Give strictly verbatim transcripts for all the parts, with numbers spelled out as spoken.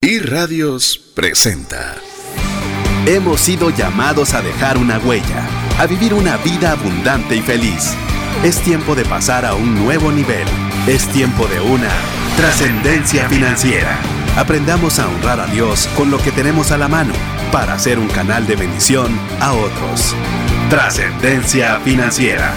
iRadios presenta. Hemos sido llamados a dejar una huella, a vivir una vida abundante y feliz. Es tiempo de pasar a un nuevo nivel. Es tiempo de una trascendencia financiera. Aprendamos a honrar a Dios con lo que tenemos a la mano para ser un canal de bendición a otros. Trascendencia financiera.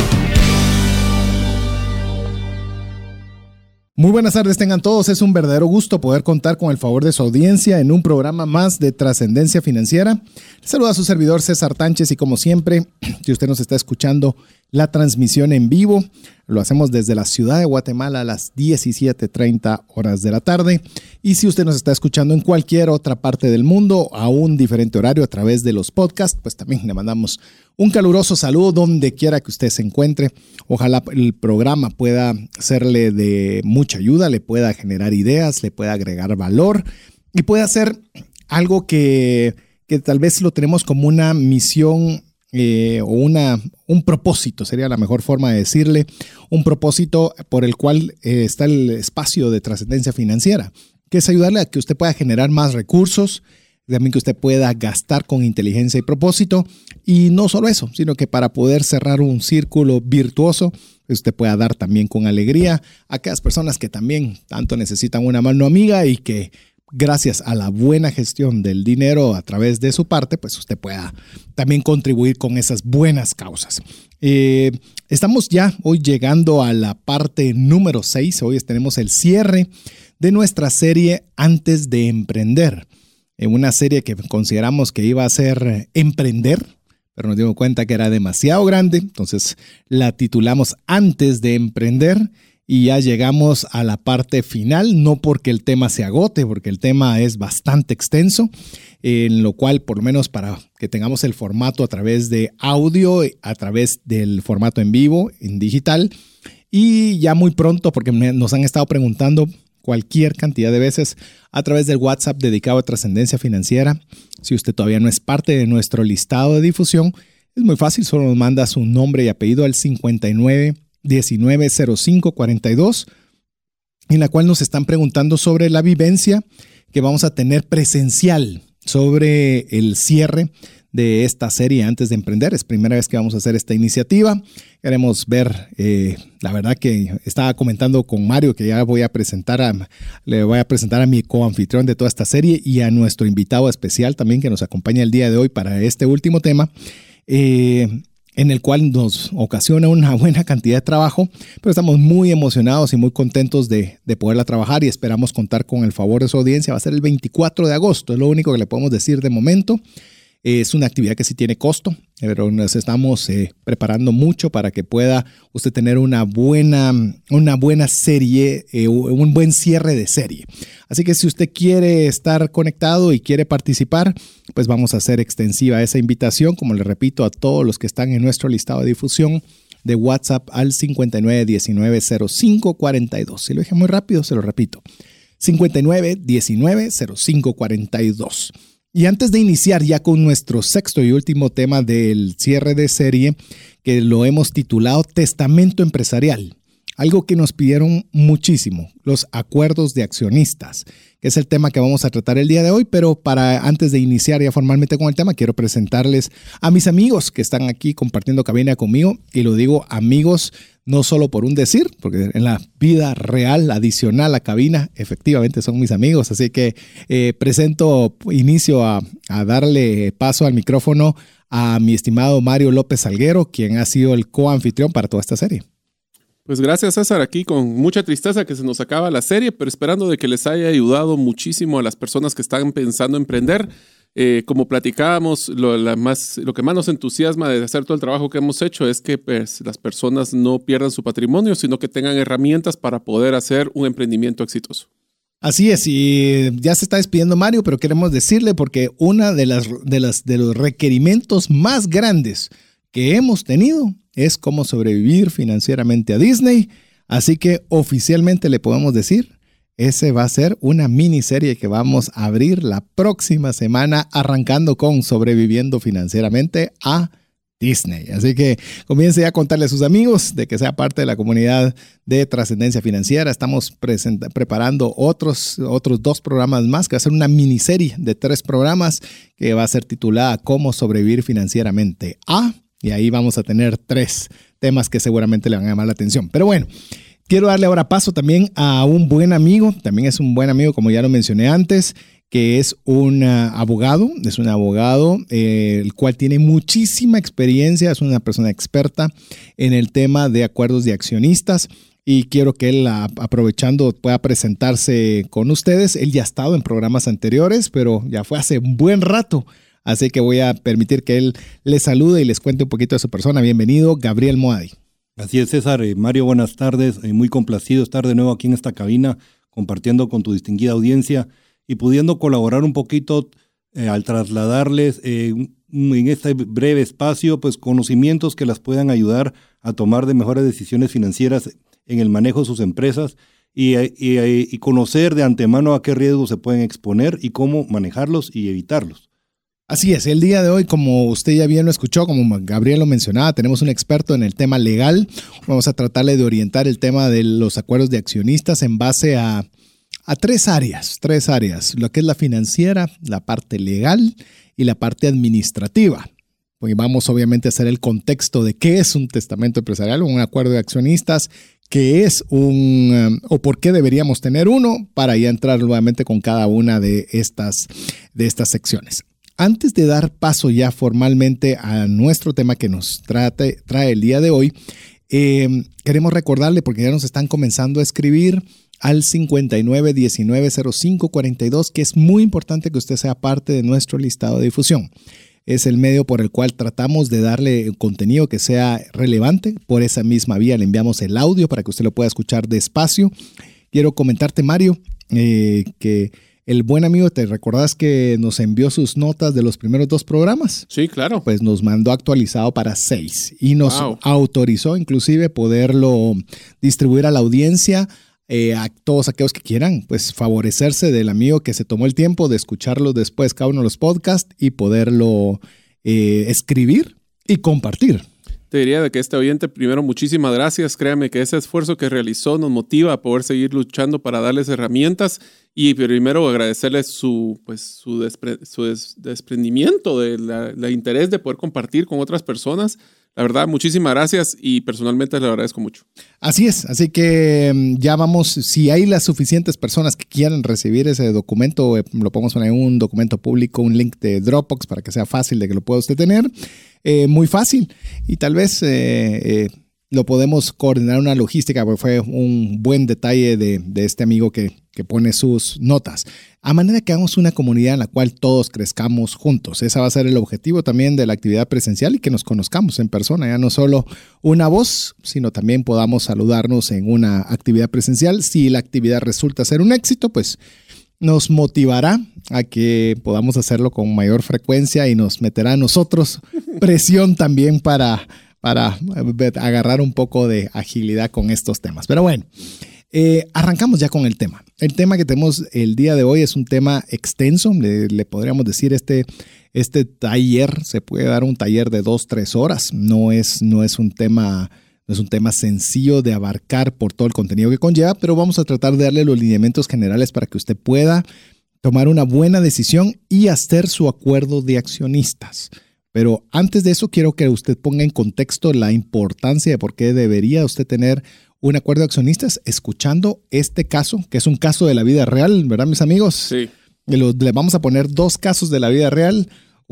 Muy buenas tardes tengan todos, es un verdadero gusto poder contar con el favor de su audiencia en un programa más de Trascendencia Financiera. Saluda a su servidor César Tánchez y como siempre, si usted nos está escuchando la transmisión en vivo, lo hacemos desde la ciudad de Guatemala a las diecisiete treinta horas de la tarde. Y si usted nos está escuchando en cualquier otra parte del mundo a un diferente horario a través de los podcasts, pues también le mandamos un caluroso saludo donde quiera que usted se encuentre. Ojalá el programa pueda serle de mucha ayuda, le pueda generar ideas, le pueda agregar valor y pueda ser algo que, que tal vez lo tenemos como una misión eh, o una, un propósito, sería la mejor forma de decirle, un propósito por el cual eh, está el espacio de Trascendencia Financiera, que es ayudarle a que usted pueda generar más recursos, también que usted pueda gastar con inteligencia y propósito, y no solo eso, sino que para poder cerrar un círculo virtuoso, usted pueda dar también con alegría a aquellas personas que también tanto necesitan una mano amiga y que gracias a la buena gestión del dinero a través de su parte, pues usted pueda también contribuir con esas buenas causas. Eh, estamos ya hoy llegando a la parte número seis, hoy tenemos el cierre de nuestra serie Antes de Emprender. Una serie que consideramos que iba a ser Emprender, pero nos dimos cuenta que era demasiado grande, entonces la titulamos Antes de Emprender y ya llegamos a la parte final, no porque el tema se agote, porque el tema es bastante extenso, en lo cual por lo menos para que tengamos el formato a través de audio, a través del formato en vivo, en digital, y ya muy pronto, porque nos han estado preguntando cualquier cantidad de veces a través del WhatsApp dedicado a Trascendencia Financiera. Si usted todavía no es parte de nuestro listado de difusión, es muy fácil, solo nos manda su nombre y apellido al cincuenta y nueve diecinueve cero cinco cuarenta y dos, en la cual nos están preguntando sobre la vivencia que vamos a tener presencial sobre el cierre de esta serie Antes de Emprender. Es primera vez que vamos a hacer esta iniciativa. Queremos ver, eh, la verdad que estaba comentando con Mario que ya voy a presentar a, le voy a presentar a mi coanfitrión de toda esta serie y a nuestro invitado especial también que nos acompaña el día de hoy para este último tema, eh, en el cual nos ocasiona una buena cantidad de trabajo, pero estamos muy emocionados y muy contentos de, de poderla trabajar y esperamos contar con el favor de su audiencia. Va a ser el veinticuatro de agosto, es lo único que le podemos decir de momento. Es una actividad que sí tiene costo, pero nos estamos eh, preparando mucho para que pueda usted tener una buena, una buena serie, eh, un buen cierre de serie. Así que si usted quiere estar conectado y quiere participar, pues vamos a hacer extensiva esa invitación, como le repito, a todos los que están en nuestro listado de difusión de WhatsApp al cincuenta y nueve diecinueve cero cinco cuarenta y dos. Si lo dije muy rápido, se lo repito. cincuenta y nueve diecinueve cero cinco cuarenta y dos. Y antes de iniciar ya con nuestro sexto y último tema del cierre de serie, que lo hemos titulado Testamento Empresarial, algo que nos pidieron muchísimo, los acuerdos de accionistas, que es el tema que vamos a tratar el día de hoy, pero para antes de iniciar ya formalmente con el tema, quiero presentarles a mis amigos que están aquí compartiendo cabina conmigo, y lo digo amigos no solo por un decir, porque en la vida real adicional a cabina, efectivamente son mis amigos. Así que eh, presento, inicio a, a darle paso al micrófono a mi estimado Mario López Salguero, quien ha sido el coanfitrión para toda esta serie. Pues gracias, César, aquí con mucha tristeza que se nos acaba la serie, pero esperando de que les haya ayudado muchísimo a las personas que están pensando emprender. Eh, como platicábamos, lo, la más, lo que más nos entusiasma de hacer todo el trabajo que hemos hecho es que pues, las personas no pierdan su patrimonio, sino que tengan herramientas para poder hacer un emprendimiento exitoso. Así es, y ya se está despidiendo Mario, pero queremos decirle porque una de las de las de los requerimientos más grandes que hemos tenido es cómo sobrevivir financieramente a Disney, así que oficialmente le podemos decir, ese va a ser una miniserie que vamos a abrir la próxima semana, arrancando con Sobreviviendo Financieramente a Disney. Así que comience ya a contarle a sus amigos de que sea parte de la comunidad de Trascendencia Financiera. Estamos presenta- preparando otros, otros dos programas más, que va a ser una miniserie de tres programas que va a ser titulada Cómo sobrevivir financieramente A. Y ahí vamos a tener tres temas que seguramente le van a llamar la atención. Pero bueno, quiero darle ahora paso también a un buen amigo. También es un buen amigo, como ya lo mencioné antes, que es un uh, abogado, es un abogado eh, el cual tiene muchísima experiencia, es una persona experta en el tema de acuerdos de accionistas y quiero que él, a, aprovechando, pueda presentarse con ustedes. Él ya ha estado en programas anteriores, pero ya fue hace un buen rato, así que voy a permitir que él les salude y les cuente un poquito de su persona. Bienvenido, Gabriel Moadi. Así es, César. Eh, Mario, buenas tardes. Eh, muy complacido estar de nuevo aquí en esta cabina, compartiendo con tu distinguida audiencia y pudiendo colaborar un poquito eh, al trasladarles eh, en este breve espacio pues conocimientos que las puedan ayudar a tomar de mejores decisiones financieras en el manejo de sus empresas y, y, y conocer de antemano a qué riesgos se pueden exponer y cómo manejarlos y evitarlos. Así es, el día de hoy, como usted ya bien lo escuchó, como Gabriel lo mencionaba, tenemos un experto en el tema legal. Vamos a tratarle de orientar el tema de los acuerdos de accionistas en base a A tres áreas, tres áreas, lo que es la financiera, la parte legal y la parte administrativa. Pues vamos obviamente a hacer el contexto de qué es un testamento empresarial, un acuerdo de accionistas, qué es un, um, o por qué deberíamos tener uno, para ya entrar nuevamente con cada una de estas, de estas secciones. Antes de dar paso ya formalmente a nuestro tema que nos trate, trae el día de hoy, eh, queremos recordarle, porque ya nos están comenzando a escribir al cincuenta y nueve diecinueve cero cinco cuarenta y dos, que es muy importante que usted sea parte de nuestro listado de difusión. Es el medio por el cual tratamos de darle contenido que sea relevante. Por esa misma vía le enviamos el audio para que usted lo pueda escuchar despacio. Quiero comentarte, Mario, eh, que el buen amigo, ¿te recordás que nos envió sus notas de los primeros dos programas? Sí, claro. Pues nos mandó actualizado para seis y nos Wow. autorizó inclusive poderlo distribuir a la audiencia. Eh, a todos aquellos que quieran pues favorecerse del amigo que se tomó el tiempo de escucharlo después cada uno de los podcasts y poderlo eh, escribir y compartir. Te diría de que este oyente, primero, muchísimas gracias. Créame que ese esfuerzo que realizó nos motiva a poder seguir luchando para darles herramientas y primero agradecerles su, pues, su, despre, su des, desprendimiento, de la, la interés de poder compartir con otras personas. La verdad, muchísimas gracias y personalmente le agradezco mucho. Así es, así que ya vamos, si hay las suficientes personas que quieran recibir ese documento, eh, lo podemos poner en un documento público, un link de Dropbox para que sea fácil de que lo pueda usted tener, eh, muy fácil y tal vez eh, eh, lo podemos coordinar una logística, porque fue un buen detalle de, de este amigo que, que pone sus notas. A manera que hagamos una comunidad en la cual todos crezcamos juntos. Ese va a ser el objetivo también de la actividad presencial y que nos conozcamos en persona. Ya no solo una voz, sino también podamos saludarnos en una actividad presencial. Si la actividad resulta ser un éxito, pues nos motivará a que podamos hacerlo con mayor frecuencia y nos meterá a nosotros presión también para... para agarrar un poco de agilidad con estos temas. Pero bueno, eh, arrancamos ya con el tema. El tema que tenemos el día de hoy es un tema extenso. Le, le podríamos decir este, este taller, se puede dar un taller de dos, tres horas. No es, no es un tema... No es un tema sencillo de abarcar por todo el contenido que conlleva, pero vamos a tratar de darle los lineamientos generales para que usted pueda tomar una buena decisión y hacer su acuerdo de accionistas. Pero antes de eso, quiero que usted ponga en contexto la importancia de por qué debería usted tener un acuerdo de accionistas escuchando este caso, que es un caso de la vida real, ¿verdad, mis amigos? Sí. Le vamos a poner dos casos de la vida real.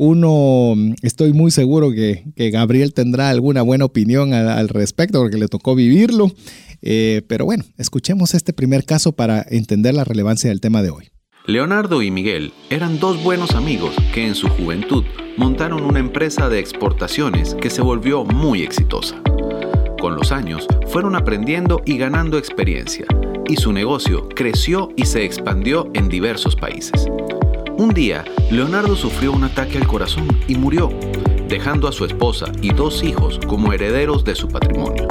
Uno, estoy muy seguro que, que Gabriel tendrá alguna buena opinión al, al respecto porque le tocó vivirlo. Eh, pero bueno, escuchemos este primer caso para entender la relevancia del tema de hoy. Leonardo y Miguel eran dos buenos amigos que en su juventud montaron una empresa de exportaciones que se volvió muy exitosa. Con los años fueron aprendiendo y ganando experiencia, y su negocio creció y se expandió en diversos países. Un día, Leonardo sufrió un ataque al corazón y murió, dejando a su esposa y dos hijos como herederos de su patrimonio.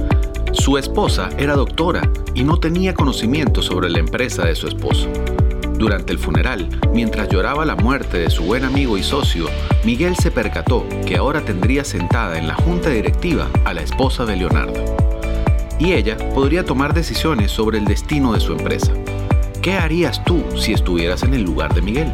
Su esposa era doctora y no tenía conocimiento sobre la empresa de su esposo. Durante el funeral, mientras lloraba la muerte de su buen amigo y socio, Miguel se percató que ahora tendría sentada en la junta directiva a la esposa de Leonardo. Y ella podría tomar decisiones sobre el destino de su empresa. ¿Qué harías tú si estuvieras en el lugar de Miguel?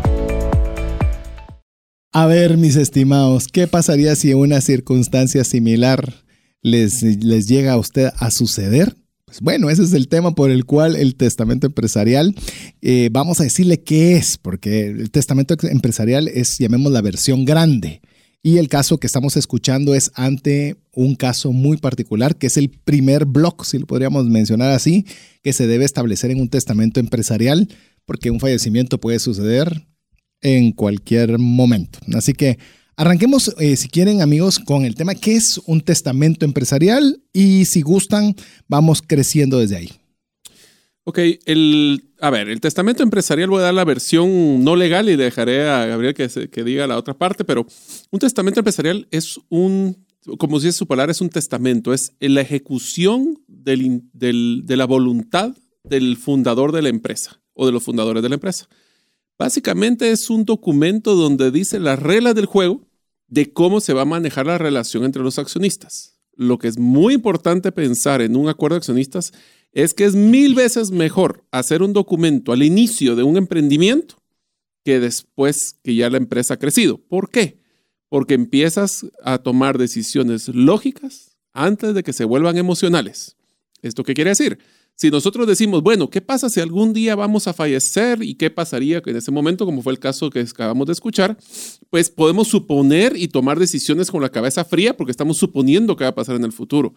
A ver, mis estimados, ¿qué pasaría si una circunstancia similar les, les llega a usted a suceder? Pues bueno, ese es el tema por el cual el testamento empresarial, eh, vamos a decirle qué es, porque el testamento empresarial es, llamemos la versión grande. Y el caso que estamos escuchando es ante un caso muy particular, que es el primer bloque, si lo podríamos mencionar así, que se debe establecer en un testamento empresarial, porque un fallecimiento puede suceder en cualquier momento. Así que arranquemos, eh, si quieren, amigos, con el tema, ¿qué es un testamento empresarial? Y si gustan, vamos creciendo desde ahí. Ok, el, a ver, el testamento empresarial, voy a dar la versión no legal y dejaré a Gabriel que, se, que diga la otra parte, pero un testamento empresarial es un, como dice su palabra, es un testamento, es la ejecución del, del, de la voluntad del fundador de la empresa o de los fundadores de la empresa. Básicamente es un documento donde dice las reglas del juego de cómo se va a manejar la relación entre los accionistas. Lo que es muy importante pensar en un acuerdo de accionistas es que es mil veces mejor hacer un documento al inicio de un emprendimiento que después que ya la empresa ha crecido. ¿Por qué? Porque empiezas a tomar decisiones lógicas antes de que se vuelvan emocionales. ¿Esto qué quiere decir? Si nosotros decimos, bueno, ¿qué pasa si algún día vamos a fallecer? ¿Y qué pasaría en ese momento, como fue el caso que acabamos de escuchar? Pues podemos suponer y tomar decisiones con la cabeza fría porque estamos suponiendo qué va a pasar en el futuro.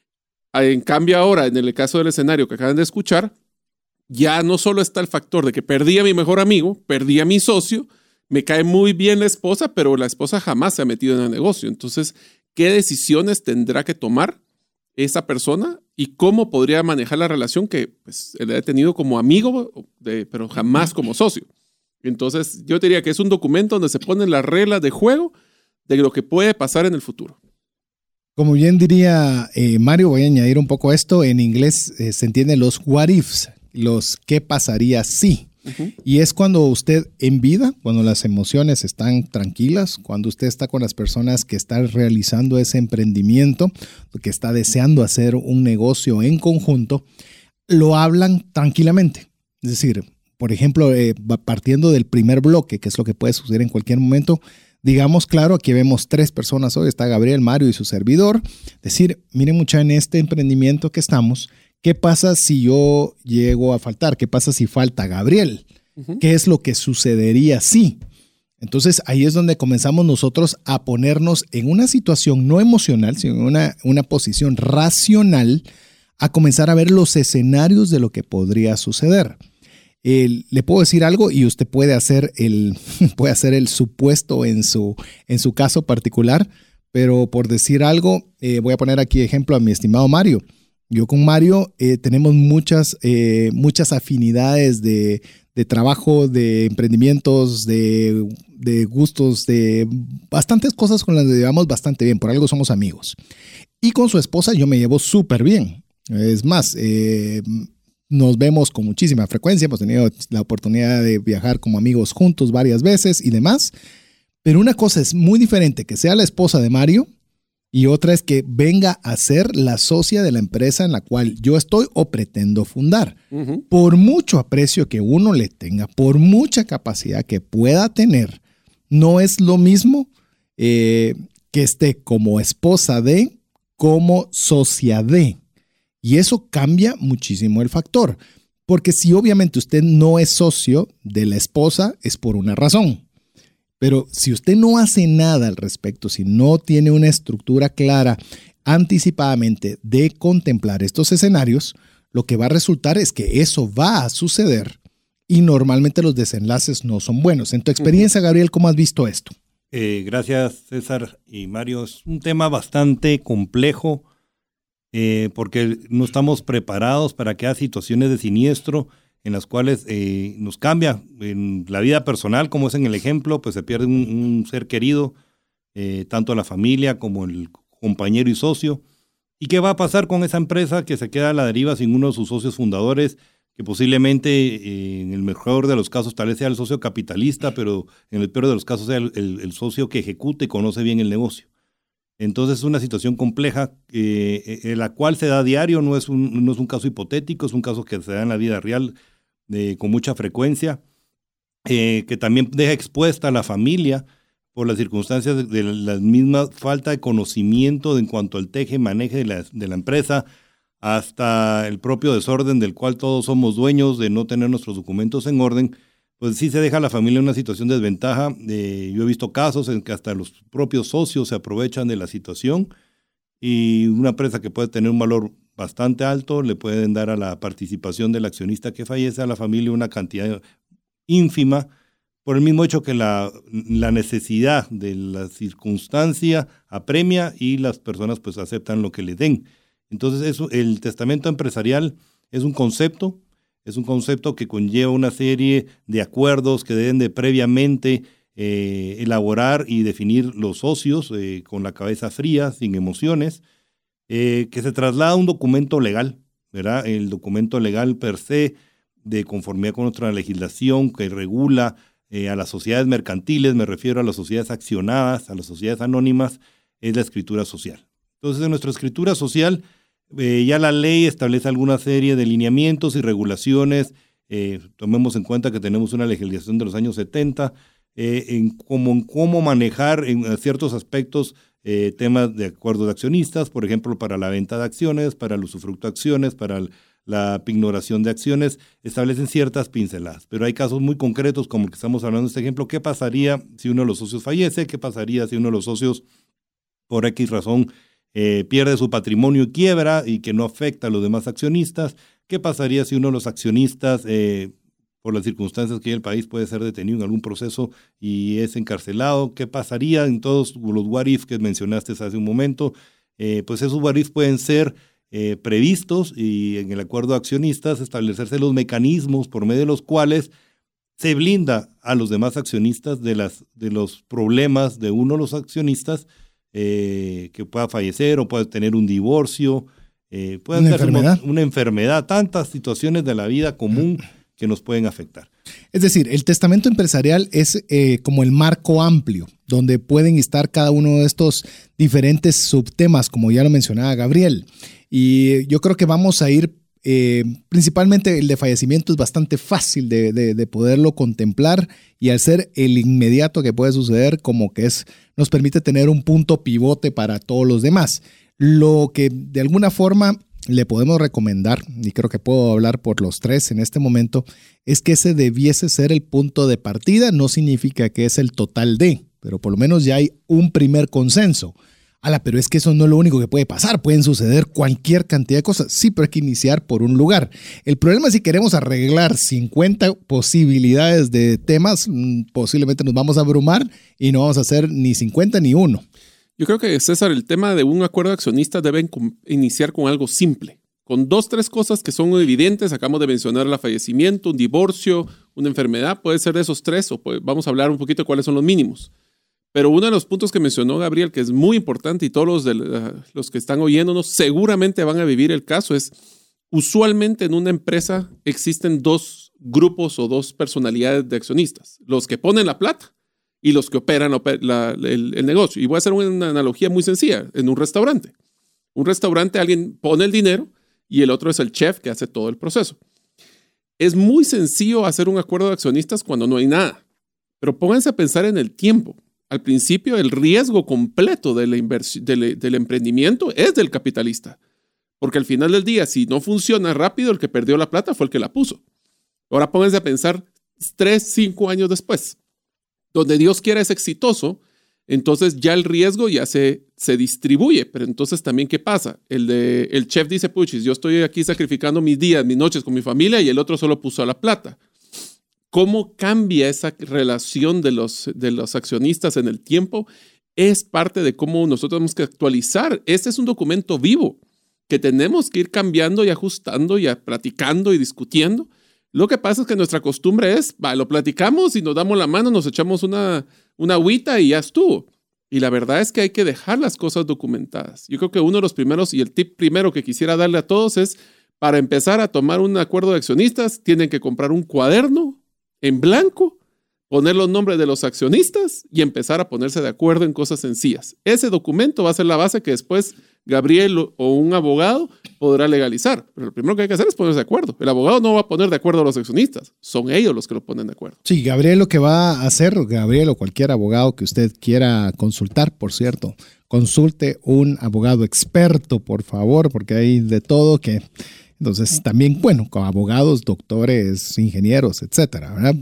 En cambio ahora, en el caso del escenario que acaban de escuchar, ya no solo está el factor de que perdí a mi mejor amigo, perdí a mi socio, me cae muy bien la esposa, pero la esposa jamás se ha metido en el negocio. Entonces, ¿qué decisiones tendrá que tomar esa persona y cómo podría manejar la relación que pues, él ha tenido como amigo, de, pero jamás como socio? Entonces, yo diría que es un documento donde se ponen las reglas de juego de lo que puede pasar en el futuro. Como bien diría eh, Mario, voy a añadir un poco a esto. En inglés eh, se entiende los what ifs, los qué pasaría si. Uh-huh. Y es cuando usted en vida, cuando las emociones están tranquilas, cuando usted está con las personas que están realizando ese emprendimiento, que está deseando hacer un negocio en conjunto, lo hablan tranquilamente. Es decir, por ejemplo, eh, partiendo del primer bloque, que es lo que puede suceder en cualquier momento, digamos, claro, aquí vemos tres personas hoy, está Gabriel, Mario y su servidor. Decir, miren mucha, en este emprendimiento que estamos, ¿qué pasa si yo llego a faltar? ¿Qué pasa si falta Gabriel? Uh-huh. ¿Qué es lo que sucedería si? Entonces ahí es donde comenzamos nosotros a ponernos en una situación no emocional, sino en una, una posición racional, a comenzar a ver los escenarios de lo que podría suceder. Eh, le puedo decir algo y usted puede hacer el, puede hacer el supuesto en su, en su caso particular, pero por decir algo, eh, voy a poner aquí ejemplo a mi estimado Mario. Yo con Mario eh, tenemos muchas, eh, muchas afinidades de, de trabajo, de emprendimientos, de, de gustos, de bastantes cosas con las que llevamos bastante bien, por algo somos amigos. Y con su esposa yo me llevo súper bien. Es más, eh, nos vemos con muchísima frecuencia, hemos tenido la oportunidad de viajar como amigos juntos varias veces y demás, pero una cosa es muy diferente que sea la esposa de Mario y otra es que venga a ser la socia de la empresa en la cual yo estoy o pretendo fundar. Uh-huh. Por mucho aprecio que uno le tenga, por mucha capacidad que pueda tener, no es lo mismo eh, que esté como esposa de, como socia de. Y eso cambia muchísimo el factor, porque si obviamente usted no es socio de la esposa es por una razón, pero si usted no hace nada al respecto, si no tiene una estructura clara anticipadamente de contemplar estos escenarios, lo que va a resultar es que eso va a suceder y normalmente los desenlaces no son buenos. En tu experiencia, Gabriel, ¿cómo has visto esto? Eh, gracias, César y Mario. Es un tema bastante complejo. Eh, porque no estamos preparados para que haya situaciones de siniestro en las cuales eh, nos cambia en la vida personal, como es en el ejemplo, pues se pierde un, un ser querido, eh, tanto la familia como el compañero y socio. ¿Y qué va a pasar con esa empresa que se queda a la deriva sin uno de sus socios fundadores, que posiblemente eh, en el mejor de los casos tal vez sea el socio capitalista, pero en el peor de los casos sea el, el, el socio que ejecuta y conoce bien el negocio. Entonces es una situación compleja eh, en la cual se da a diario, no es, un, no es un caso hipotético, es un caso que se da en la vida real eh, con mucha frecuencia, eh, que también deja expuesta a la familia por las circunstancias de, de la misma falta de conocimiento en cuanto al teje-maneje de la, de la empresa, hasta el propio desorden del cual todos somos dueños de no tener nuestros documentos en orden, pues sí se deja a la familia en una situación de desventaja. Eh, yo he visto casos en que hasta los propios socios se aprovechan de la situación y una empresa que puede tener un valor bastante alto le pueden dar a la participación del accionista que fallece a la familia una cantidad ínfima por el mismo hecho que la, la necesidad de la circunstancia apremia y las personas pues aceptan lo que le den. Entonces eso, el testamento empresarial es un concepto, es un concepto que conlleva una serie de acuerdos que deben de previamente eh, elaborar y definir los socios eh, con la cabeza fría, sin emociones, eh, que se traslada a un documento legal, ¿verdad? El documento legal per se, de conformidad con nuestra legislación que regula eh, a las sociedades mercantiles, me refiero a las sociedades accionadas, a las sociedades anónimas, es la escritura social. Entonces, en nuestra escritura social, Eh, ya la ley establece alguna serie de lineamientos y regulaciones. Eh, tomemos en cuenta que tenemos una legislación de los años setenta eh, en, cómo, en cómo manejar en ciertos aspectos eh, temas de acuerdos de accionistas, por ejemplo, para la venta de acciones, para el usufructo de acciones, para la pignoración de acciones, establecen ciertas pinceladas. Pero hay casos muy concretos como el que estamos hablando de este ejemplo. ¿Qué pasaría si uno de los socios fallece? ¿Qué pasaría si uno de los socios, por X razón, Eh, pierde su patrimonio y quiebra y que no afecta a los demás accionistas? ¿Qué pasaría si uno de los accionistas, eh, por las circunstancias que hay en el país, puede ser detenido en algún proceso y es encarcelado? ¿Qué pasaría en todos los what if que mencionaste hace un momento? Eh, pues esos what if pueden ser eh, previstos y en el acuerdo de accionistas establecerse los mecanismos por medio de los cuales se blinda a los demás accionistas de, las, de los problemas de uno de los accionistas, Eh, que pueda fallecer o pueda tener un divorcio, eh, puede una ser enfermedad. Una, una enfermedad, tantas situaciones de la vida común que nos pueden afectar. Es decir, el testamento empresarial es eh, como el marco amplio, donde pueden estar cada uno de estos diferentes subtemas, como ya lo mencionaba Gabriel. Y yo creo que vamos a ir, eh, principalmente el de fallecimiento es bastante fácil de, de, de poderlo contemplar, y al ser el inmediato que puede suceder, como que es, nos permite tener un punto pivote para todos los demás. Lo que de alguna forma le podemos recomendar, y creo que puedo hablar por los tres en este momento, es que ese debiese ser el punto de partida. No significa que es el total de, pero por lo menos ya hay un primer consenso. Ala, pero es que eso no es lo único que puede pasar, pueden suceder cualquier cantidad de cosas. Sí, pero hay que iniciar por un lugar. El problema es si queremos arreglar cincuenta posibilidades de temas, posiblemente nos vamos a abrumar y no vamos a hacer ni cincuenta ni uno. Yo creo que, César, el tema de un acuerdo de accionistas debe iniciar con algo simple, con dos, tres cosas que son evidentes. Acabamos de mencionar el fallecimiento, un divorcio, una enfermedad, puede ser de esos tres, o puede, vamos a hablar un poquito de cuáles son los mínimos. Pero uno de los puntos que mencionó Gabriel, que es muy importante y todos los, de, uh, los que están oyéndonos seguramente van a vivir el caso, es usualmente en una empresa existen dos grupos o dos personalidades de accionistas. Los que ponen la plata y los que operan la, el, el negocio. Y voy a hacer una analogía muy sencilla. En un restaurante. Un restaurante, alguien pone el dinero y el otro es el chef que hace todo el proceso. Es muy sencillo hacer un acuerdo de accionistas cuando no hay nada. Pero pónganse a pensar en el tiempo. Al principio, el riesgo completo de la inversión, del, del emprendimiento es del capitalista. Porque al final del día, si no funciona rápido, el que perdió la plata fue el que la puso. Ahora pónganse a pensar tres, cinco años después. Donde Dios quiera es exitoso, entonces ya el riesgo ya se, se distribuye. Pero entonces también, ¿qué pasa? El, de, el chef dice, puchis, yo estoy aquí sacrificando mis días, mis noches con mi familia, y el otro solo puso la plata. ¿Cómo cambia esa relación de los, de los accionistas en el tiempo? Es parte de cómo nosotros tenemos que actualizar. Este es un documento vivo que tenemos que ir cambiando y ajustando y platicando y discutiendo. Lo que pasa es que nuestra costumbre es, va, lo platicamos y nos damos la mano, nos echamos una, una agüita y ya estuvo. Y la verdad es que hay que dejar las cosas documentadas. Yo creo que uno de los primeros, y el tip primero que quisiera darle a todos es, Para empezar a tomar un acuerdo de accionistas, tienen que comprar un cuaderno en blanco, poner los nombres de los accionistas y empezar a ponerse de acuerdo en cosas sencillas. Ese documento va a ser la base que después Gabriel o un abogado podrá legalizar. Pero lo primero que hay que hacer es ponerse de acuerdo. El abogado no va a poner de acuerdo a los accionistas. Son ellos los que lo ponen de acuerdo. Sí, Gabriel lo que va a hacer, Gabriel o cualquier abogado que usted quiera consultar, por cierto, consulte un abogado experto, por favor, porque hay de todo que... Entonces, también, bueno, con abogados, doctores, ingenieros, etcétera, ¿verdad?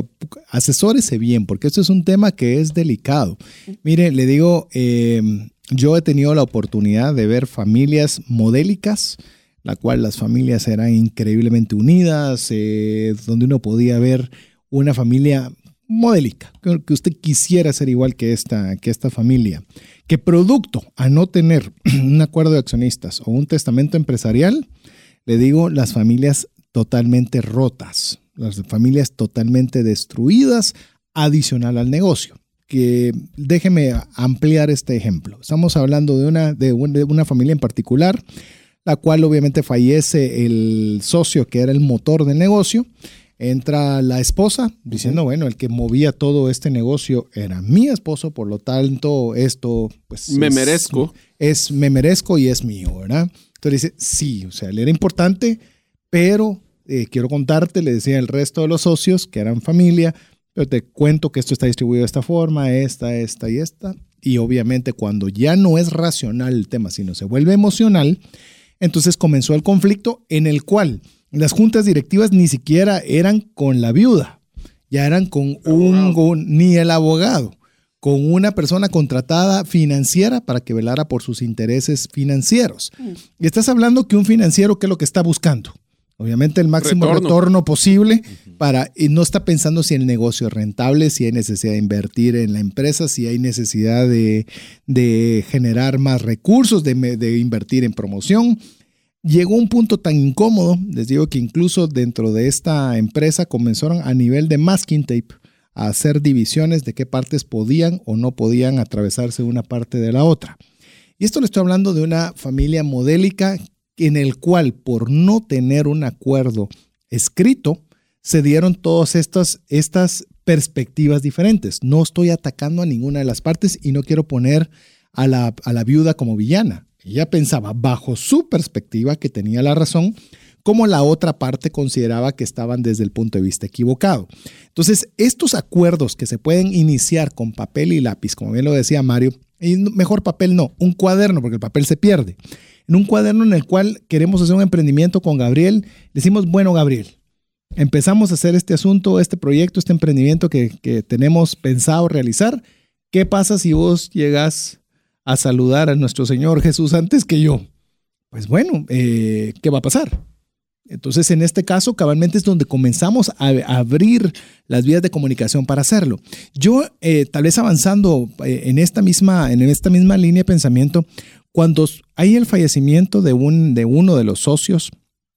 Asesórese bien, porque esto es un tema que es delicado. Mire, le digo, eh, yo he tenido la oportunidad de ver familias modélicas, la cual las familias eran increíblemente unidas, eh, donde uno podía ver una familia modélica, que usted quisiera ser igual que esta, que esta familia, que producto a no tener un acuerdo de accionistas o un testamento empresarial, le digo, las familias totalmente rotas, las familias totalmente destruidas, adicional al negocio. Que déjeme ampliar este ejemplo. Estamos hablando de una, de, un, de una familia en particular, la cual obviamente fallece el socio que era el motor del negocio. Entra la esposa diciendo, bueno, el que movía todo este negocio era mi esposo, por lo tanto, esto pues me es, merezco. Es, me merezco y es mío, ¿verdad? Entonces dice, sí, o sea, él era importante, pero eh, quiero contarte, le decía el resto de los socios que eran familia, pero te cuento que esto está distribuido de esta forma, esta, esta y esta. Y obviamente cuando ya no es racional el tema, sino se vuelve emocional, entonces comenzó el conflicto en el cual las juntas directivas ni siquiera eran con la viuda, ya eran con un, con, ni el abogado, con una persona contratada financiera para que velara por sus intereses financieros. Mm. Y estás hablando que un financiero, ¿qué es lo que está buscando? Obviamente el máximo retorno, retorno posible para, y no está pensando si el negocio es rentable, si hay necesidad de invertir en la empresa, si hay necesidad de, de generar más recursos, de, de invertir en promoción. Llegó un punto tan incómodo, les digo que incluso dentro de esta empresa comenzaron a nivel de masking tape a hacer divisiones de qué partes podían o no podían atravesarse una parte de la otra. Y esto le estoy hablando de una familia modélica en el cual, por no tener un acuerdo escrito, se dieron todas estas, estas perspectivas diferentes. No estoy atacando a ninguna de las partes y no quiero poner a la, a la viuda como villana. Ella pensaba bajo su perspectiva que tenía la razón, como la otra parte consideraba que estaban desde el punto de vista equivocado. Entonces, estos acuerdos que se pueden iniciar con papel y lápiz, como bien lo decía Mario, y mejor papel no, un cuaderno, porque el papel se pierde. En un cuaderno en el cual queremos hacer un emprendimiento con Gabriel, decimos, bueno, Gabriel, empezamos a hacer este asunto, este proyecto, este emprendimiento que, que tenemos pensado realizar. ¿Qué pasa si vos llegas a saludar a nuestro Señor Jesús antes que yo? Pues bueno, eh, ¿qué va a pasar? Entonces, en este caso, cabalmente es donde comenzamos a, a abrir las vías de comunicación para hacerlo. Yo, eh, tal vez avanzando eh, en, esta misma, en esta misma línea de pensamiento, cuando hay el fallecimiento de, un, de uno de los socios,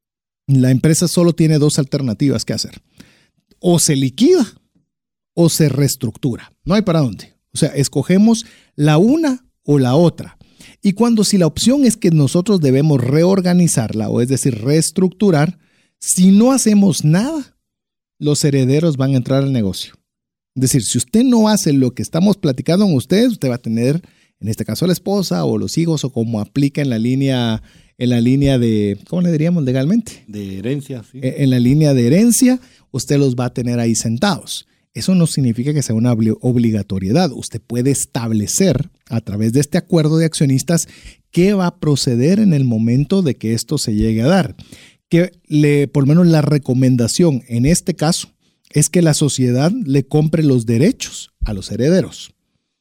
la empresa solo tiene dos alternativas que hacer. O se liquida o se reestructura. No hay para dónde. O sea, escogemos la una o la otra. Y cuando si la opción es que nosotros debemos reorganizarla, o es decir, reestructurar, si no hacemos nada, los herederos van a entrar al negocio. Es decir, si usted no hace lo que estamos platicando con ustedes, usted va a tener, en este caso, la esposa o los hijos, o como aplica en la línea, en la línea de, ¿cómo le diríamos legalmente? De herencia, sí. En la línea de herencia, usted los va a tener ahí sentados. Eso no significa que sea una obligatoriedad. Usted puede establecer a través de este acuerdo de accionistas qué va a proceder en el momento de que esto se llegue a dar. Que le, por lo menos la recomendación en este caso es que la sociedad le compre los derechos a los herederos.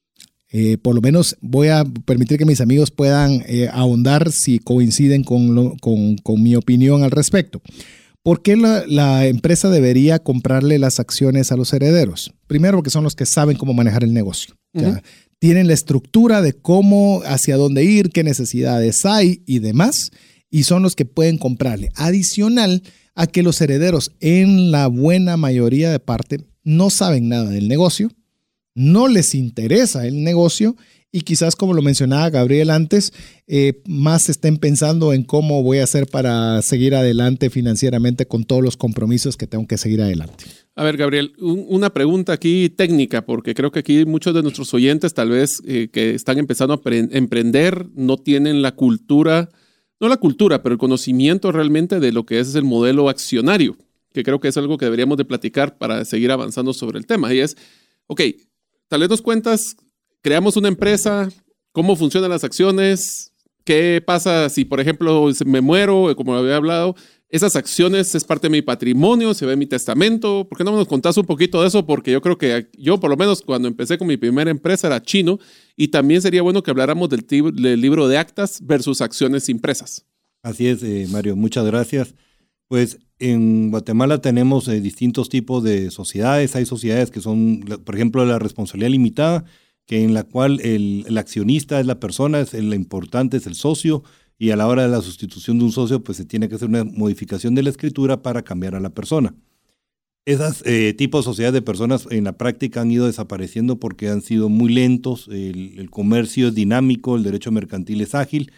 Eh, por lo menos voy a permitir que mis amigos puedan eh, ahondar si coinciden con, lo, con, con mi opinión al respecto. ¿Por qué la, la empresa debería comprarle las acciones a los herederos? Primero, porque son los que saben cómo manejar el negocio. Uh-huh. Ya, tienen la estructura de cómo, hacia dónde ir, qué necesidades hay y demás, y son los que pueden comprarle. Adicional a que los herederos, en la buena mayoría de parte, no saben nada del negocio, no les interesa el negocio y quizás, como lo mencionaba Gabriel antes, eh, más estén pensando en cómo voy a hacer para seguir adelante financieramente con todos los compromisos que tengo que seguir adelante. A ver, Gabriel, un, una pregunta aquí técnica, porque creo que aquí muchos de nuestros oyentes tal vez eh, que están empezando a pre- emprender no tienen la cultura, no la cultura, pero el conocimiento realmente de lo que es el modelo accionario, que creo que es algo que deberíamos de platicar para seguir avanzando sobre el tema. Y es, ok, tal vez nos cuentas, creamos una empresa, cómo funcionan las acciones, qué pasa si, por ejemplo, me muero, como había hablado, esas acciones es parte de mi patrimonio, se ve en mi testamento. ¿Por qué no nos contás un poquito de eso? Porque yo creo que yo, por lo menos, cuando empecé con mi primera empresa era chino, y también sería bueno que habláramos del, tib- del libro de actas versus acciones impresas. Así es, eh, Mario, muchas gracias. Pues en Guatemala tenemos eh, distintos tipos de sociedades. Hay sociedades que son, por ejemplo, la responsabilidad limitada, que en la cual el, el accionista es la persona, es el importante es el socio, y a la hora de la sustitución de un socio, pues se tiene que hacer una modificación de la escritura para cambiar a la persona. Esos eh, tipos de sociedades de personas en la práctica han ido desapareciendo porque han sido muy lentos, el, el comercio es dinámico, el derecho mercantil es ágil,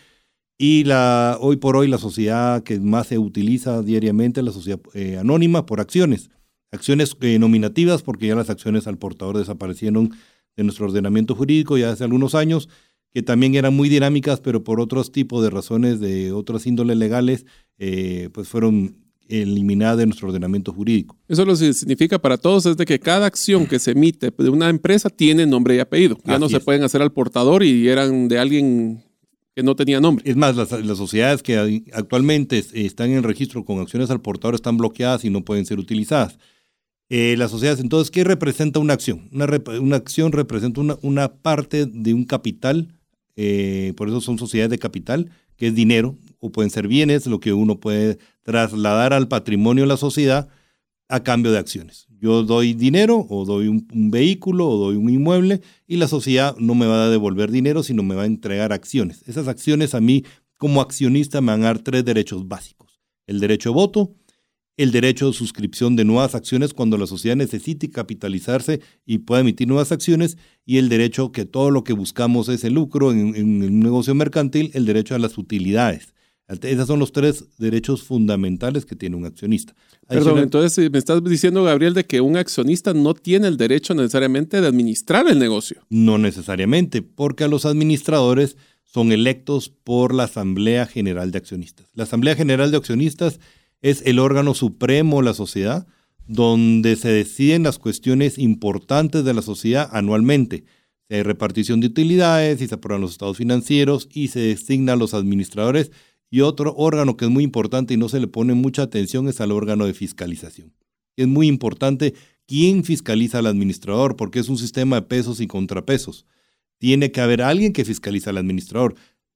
y la, hoy por hoy la sociedad que más se utiliza diariamente es la sociedad eh, anónima por acciones. Acciones eh, nominativas, porque ya las acciones al portador desaparecieron de nuestro ordenamiento jurídico ya hace algunos años, que también eran muy dinámicas, pero por otros tipos de razones de otras índoles legales, eh, pues fueron eliminadas de nuestro ordenamiento jurídico. Eso lo que significa para todos es de que cada acción que se emite de una empresa tiene nombre y apellido. Ya Así no se es. pueden hacer al portador y eran de alguien que no tenía nombre. Es más, las, las sociedades que actualmente están en registro con acciones al portador están bloqueadas y no pueden ser utilizadas. Eh, las sociedades, entonces, ¿qué representa una acción? Una, rep- una acción representa una, una parte de un capital. Eh, por eso son sociedades de capital, que es dinero, o pueden ser bienes, lo que uno puede trasladar al patrimonio de la sociedad a cambio de acciones. Yo doy dinero, o doy un, un vehículo, o doy un inmueble, y la sociedad no me va a devolver dinero, sino me va a entregar acciones. Esas acciones a mí, como accionista, me van a dar tres derechos básicos. El derecho de voto, el derecho de suscripción de nuevas acciones cuando la sociedad necesite capitalizarse y pueda emitir nuevas acciones, y el derecho que todo lo que buscamos es el lucro en, en un negocio mercantil, el derecho a las utilidades. Esos son los tres derechos fundamentales que tiene un accionista. Perdón, entonces me estás diciendo, Gabriel, de que un accionista no tiene el derecho necesariamente de administrar el negocio. No necesariamente, porque a los administradores son electos por la Asamblea General de Accionistas. La Asamblea General de Accionistas es el órgano supremo de la sociedad, donde se deciden las cuestiones importantes de la sociedad anualmente. Si hay repartición de utilidades, si se aprueban los estados financieros y se designan los administradores. Y otro órgano que es muy importante y no se le pone mucha atención es al órgano de fiscalización. Es muy importante quién fiscaliza al administrador, porque es un sistema de pesos y contrapesos. Tiene que haber alguien que fiscaliza al administrador.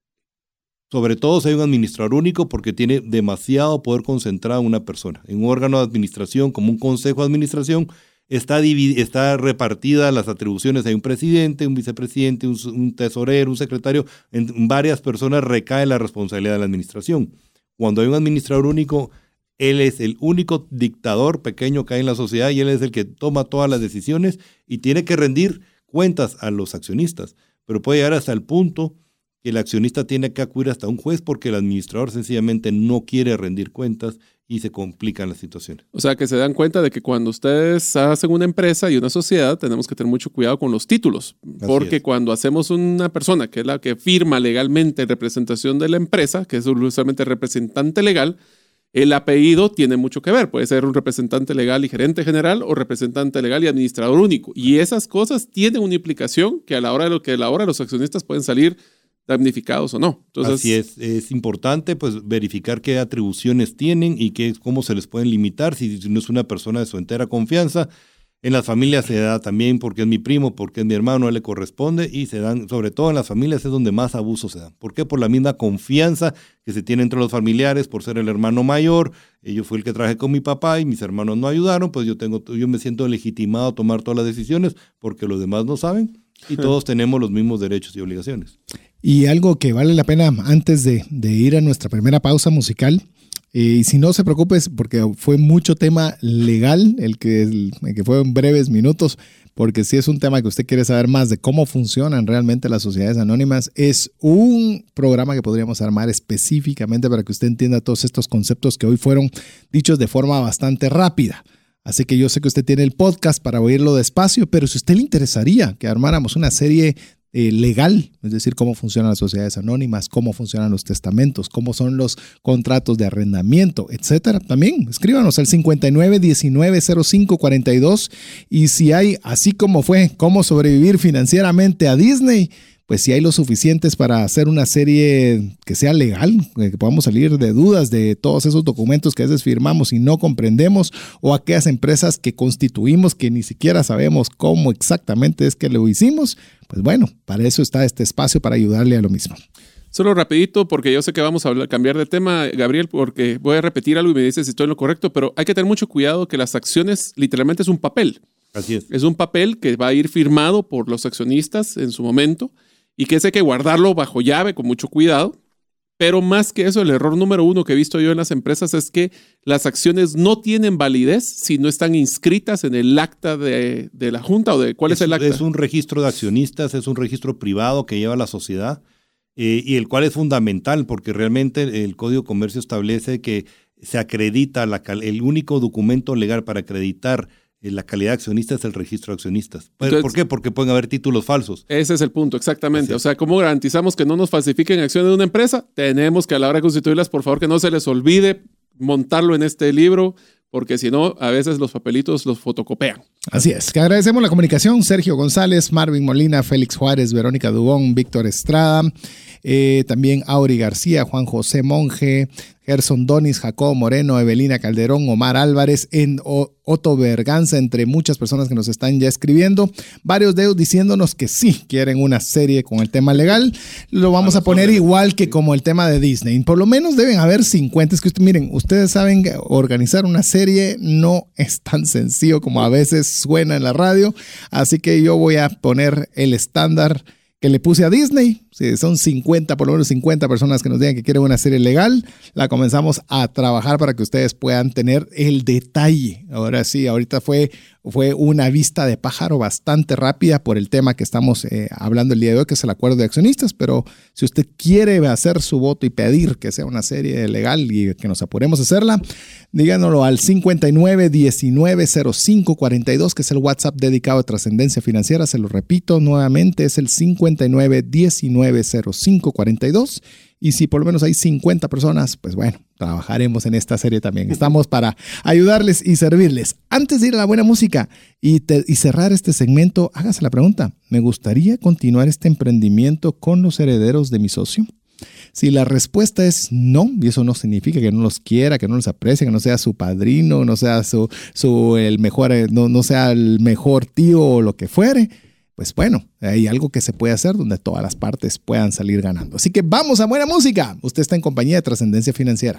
Sobre todo si hay un administrador único, porque tiene demasiado poder concentrado en una persona. En un órgano de administración, como un consejo de administración, está, divid- está repartida las atribuciones. Hay un presidente, un vicepresidente, un, un tesorero, un secretario. En varias personas recae la responsabilidad de la administración. Cuando hay un administrador único, él es el único dictador pequeño que hay en la sociedad y él es el que toma todas las decisiones y tiene que rendir cuentas a los accionistas. Pero puede llegar hasta el punto que el accionista tiene que acudir hasta un juez porque el administrador sencillamente no quiere rendir cuentas y se complican las situaciones. O sea, que se dan cuenta de que cuando ustedes hacen una empresa y una sociedad, tenemos que tener mucho cuidado con los títulos. Así Porque es. cuando hacemos una persona que es la que firma legalmente en representación de la empresa, que es usualmente representante legal, el apellido tiene mucho que ver. Puede ser un representante legal y gerente general o representante legal y administrador único. Y esas cosas tienen una implicación que a la hora de lo que a la hora los accionistas pueden salir damnificados o no. Entonces, así es, es importante pues verificar qué atribuciones tienen y qué, cómo se les pueden limitar si, si no es una persona de su entera confianza. En las familias se da también porque es mi primo, porque es mi hermano, a él le corresponde, y se dan, sobre todo en las familias es donde más abusos se dan. ¿Por qué? Por la misma confianza que se tiene entre los familiares, por ser el hermano mayor. Eh, yo fui el que traje con mi papá y mis hermanos no ayudaron, pues yo, tengo, yo me siento legitimado a tomar todas las decisiones porque los demás no saben y todos tenemos los mismos derechos y obligaciones. Y algo que vale la pena antes de, de ir a nuestra primera pausa musical, Y si no se preocupe, porque fue mucho tema legal, el que, el, el que fue en breves minutos, porque si es un tema que usted quiere saber más de cómo funcionan realmente las sociedades anónimas, es un programa que podríamos armar específicamente para que usted entienda todos estos conceptos que hoy fueron dichos de forma bastante rápida. Así que yo sé que usted tiene el podcast para oírlo despacio, pero si a usted le interesaría que armáramos una serie eh, legal, es decir, cómo funcionan las sociedades anónimas, cómo funcionan los testamentos, cómo son los contratos de arrendamiento, etcétera, también escríbanos al cincuenta y nueve diecinueve cero cinco cuarenta y dos, y si hay, así como fue, cómo sobrevivir financieramente a Disney, pues si hay lo suficientes para hacer una serie que sea legal, que podamos salir de dudas de todos esos documentos que a veces firmamos y no comprendemos, o aquellas empresas que constituimos que ni siquiera sabemos cómo exactamente es que lo hicimos, pues bueno, para eso está este espacio, para ayudarle a lo mismo. Solo rapidito, porque yo sé que vamos a hablar, cambiar de tema, Gabriel, porque voy a repetir algo y me dices si estoy en lo correcto, pero hay que tener mucho cuidado que las acciones literalmente es un papel. Así es. Es un papel que va a ir firmado por los accionistas en su momento, y que ese hay que guardarlo bajo llave con mucho cuidado. Pero más que eso, el error número uno que he visto yo en las empresas es que las acciones no tienen validez si no están inscritas en el acta de, de la junta o de cuál es, es el acta. Es un registro de accionistas, es un registro privado que lleva la sociedad eh, y el cual es fundamental porque realmente el Código de Comercio establece que se acredita, la, el único documento legal para acreditar la calidad de accionista es el registro de accionistas. Entonces, ¿por qué? Porque pueden haber títulos falsos. Ese es el punto, exactamente. O sea, ¿cómo garantizamos que no nos falsifiquen acciones de una empresa? Tenemos que a la hora de constituirlas, por favor, que no se les olvide montarlo en este libro, porque si no, a veces los papelitos los fotocopian. Así es. Que agradecemos la comunicación. Sergio González, Marvin Molina, Félix Juárez, Verónica Dubón, Víctor Estrada, eh, también Auri García, Juan José Monge, Gerson Donis, Jacobo Moreno, Evelina Calderón, Omar Álvarez, en Otto Berganza, entre muchas personas que nos están ya escribiendo. Varios de ellos diciéndonos que sí quieren una serie con el tema legal. Lo vamos a poner igual que como el tema de Disney. Por lo menos deben haber cincuenta. Es que usted, miren, ustedes saben que organizar una serie no es tan sencillo como a veces suena en la radio. Así que yo voy a poner el estándar que le puse a Disney. Si son cincuenta, por lo menos cincuenta personas que nos digan que quieren una serie legal, la comenzamos a trabajar para que ustedes puedan tener el detalle. Ahora sí, ahorita fue, fue una vista de pájaro bastante rápida por el tema que estamos eh, hablando el día de hoy, que es el acuerdo de accionistas, pero si usted quiere hacer su voto y pedir que sea una serie legal y que nos apuremos a hacerla, díganoslo al cincuenta y nueve diecinueve cero cinco cuarenta y dos, que es el WhatsApp dedicado a Trascendencia Financiera. Se lo repito nuevamente, es el cincuenta y nueve diecinueve cero cinco cuarenta y dos. Y si por lo menos hay cincuenta personas, pues bueno, trabajaremos en esta serie también. Estamos para ayudarles y servirles. Antes de ir a la buena música y, te, y cerrar este segmento, hágase la pregunta: ¿me gustaría continuar este emprendimiento con los herederos de mi socio? Si la respuesta es no, y eso no significa que no los quiera, que no los aprecie, que no sea su padrino, no sea su, su el mejor, no, no sea el mejor tío o lo que fuere, pues bueno, hay algo que se puede hacer donde todas las partes puedan salir ganando. Así que vamos a buena música. Usted está en compañía de Trascendencia Financiera.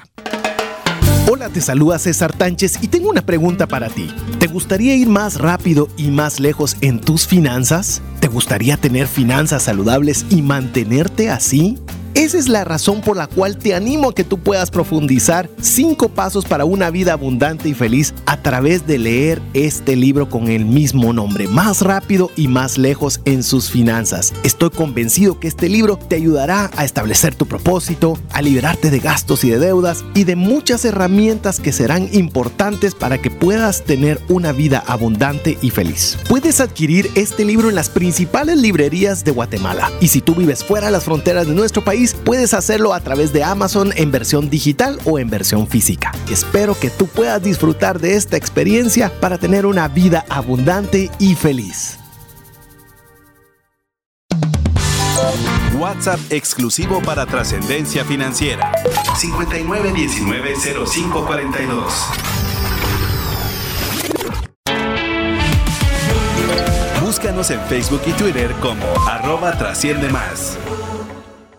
Hola, te saluda César Tánchez y tengo una pregunta para ti. ¿Te gustaría ir más rápido y más lejos en tus finanzas? ¿Te gustaría tener finanzas saludables y mantenerte así? Esa es la razón por la cual te animo a que tú puedas profundizar cinco pasos para una vida abundante y feliz a través de leer este libro con el mismo nombre, Más rápido y más lejos en sus finanzas. Estoy convencido que este libro te ayudará a establecer tu propósito, a liberarte de gastos y de deudas y de muchas herramientas que serán importantes para que puedas tener una vida abundante y feliz. Puedes adquirir este libro en las principales librerías de Guatemala y si tú vives fuera de las fronteras de nuestro país, puedes hacerlo a través de Amazon en versión digital o en versión física. Espero que tú puedas disfrutar de esta experiencia para tener una vida abundante y feliz. WhatsApp exclusivo para Trascendencia Financiera. cincuenta y nueve diecinueve cero cinco cuarenta y dos. Búscanos en Facebook y Twitter como arroba Trasciende Más.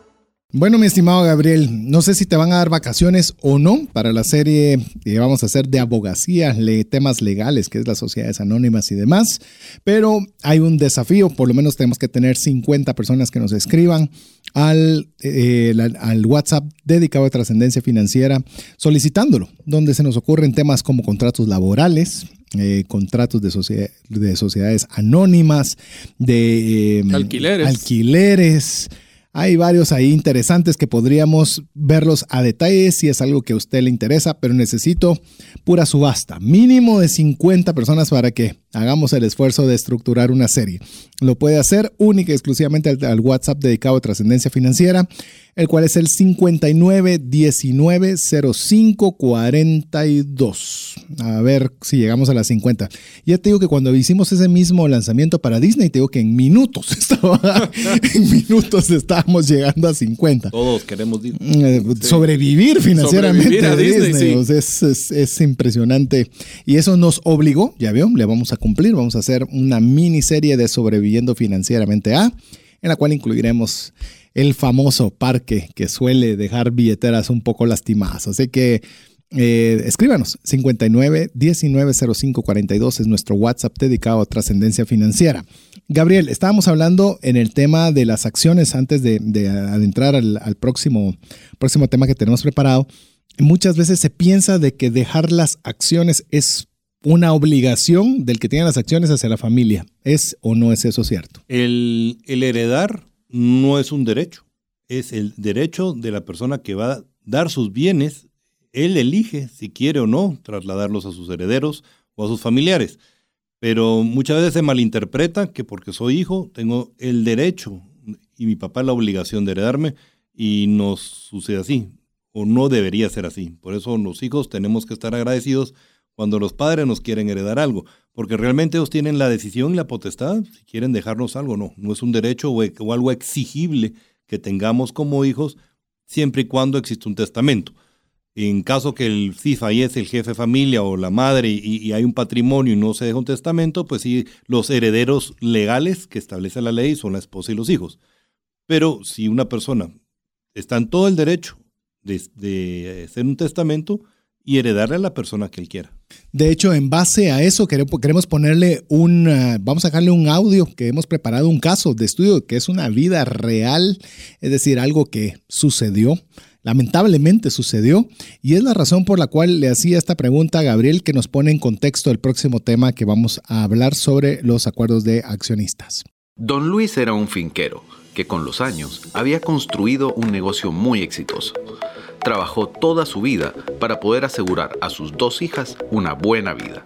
Bueno, mi estimado Gabriel, no sé si te van a dar vacaciones o no para la serie que vamos a hacer de abogacía, le, temas legales, que es las sociedades anónimas y demás, pero hay un desafío, por lo menos tenemos que tener cincuenta personas que nos escriban al, eh, la, al WhatsApp dedicado a trascendencia financiera solicitándolo, donde se nos ocurren temas como contratos laborales, Eh, contratos de, sociedad, de sociedades anónimas, de eh, alquileres. alquileres. Hay varios ahí interesantes que podríamos verlos a detalle si es algo que a usted le interesa, pero necesito pura subasta. Mínimo de cincuenta personas para que hagamos el esfuerzo de estructurar una serie. Lo puede hacer única y exclusivamente al, al WhatsApp dedicado a trascendencia financiera, el cual es el cincuenta y nueve diecinueve cero cinco cuarenta y dos. A ver si llegamos a las cincuenta. Ya te digo que cuando hicimos ese mismo lanzamiento para Disney, te digo que en minutos estaba, en minutos estábamos llegando a cincuenta. Todos queremos Disney. Eh, sobrevivir financieramente Sobrevivir a Disney, Disney. sí. O sea, es, es, es impresionante. Y eso nos obligó, ya veo, le vamos a cumplir. Vamos a hacer una miniserie de Sobreviviendo Financieramente A, en la cual incluiremos el famoso parque que suele dejar billeteras un poco lastimadas. Así que eh, escríbanos, cincuenta y nueve diecinueve cero cinco cuarenta y dos es nuestro WhatsApp dedicado a trascendencia financiera. Gabriel, estábamos hablando en el tema de las acciones antes de, de adentrar al, al próximo, próximo tema que tenemos preparado. Muchas veces se piensa de que dejar las acciones es una obligación del que tiene las acciones hacia la familia. ¿Es o no es eso cierto? El, el heredar no es un derecho, es el derecho de la persona que va a dar sus bienes. Él elige si quiere o no trasladarlos a sus herederos o a sus familiares. Pero muchas veces se malinterpreta que porque soy hijo tengo el derecho y mi papá la obligación de heredarme, y no sucede así, o no debería ser así. Por eso los hijos tenemos que estar agradecidos cuando los padres nos quieren heredar algo, porque realmente ellos tienen la decisión y la potestad si quieren dejarnos algo. No, no es un derecho o, o algo exigible que tengamos como hijos, siempre y cuando existe un testamento. En caso que el, sí fallece el jefe de familia o la madre y, y hay un patrimonio y no se deja un testamento, pues sí, los herederos legales que establece la ley son la esposa y los hijos. Pero si una persona está en todo el derecho de, de hacer un testamento y heredarle a la persona que él quiera. De hecho, en base a eso queremos ponerle un, uh, vamos a dejarle un audio que hemos preparado, un caso de estudio que es una vida real, es decir, algo que sucedió. Lamentablemente sucedió, y es la razón por la cual le hacía esta pregunta a Gabriel, que nos pone en contexto el próximo tema que vamos a hablar sobre los acuerdos de accionistas. Don Luis era un finquero que con los años había construido un negocio muy exitoso. Trabajó toda su vida para poder asegurar a sus dos hijas una buena vida.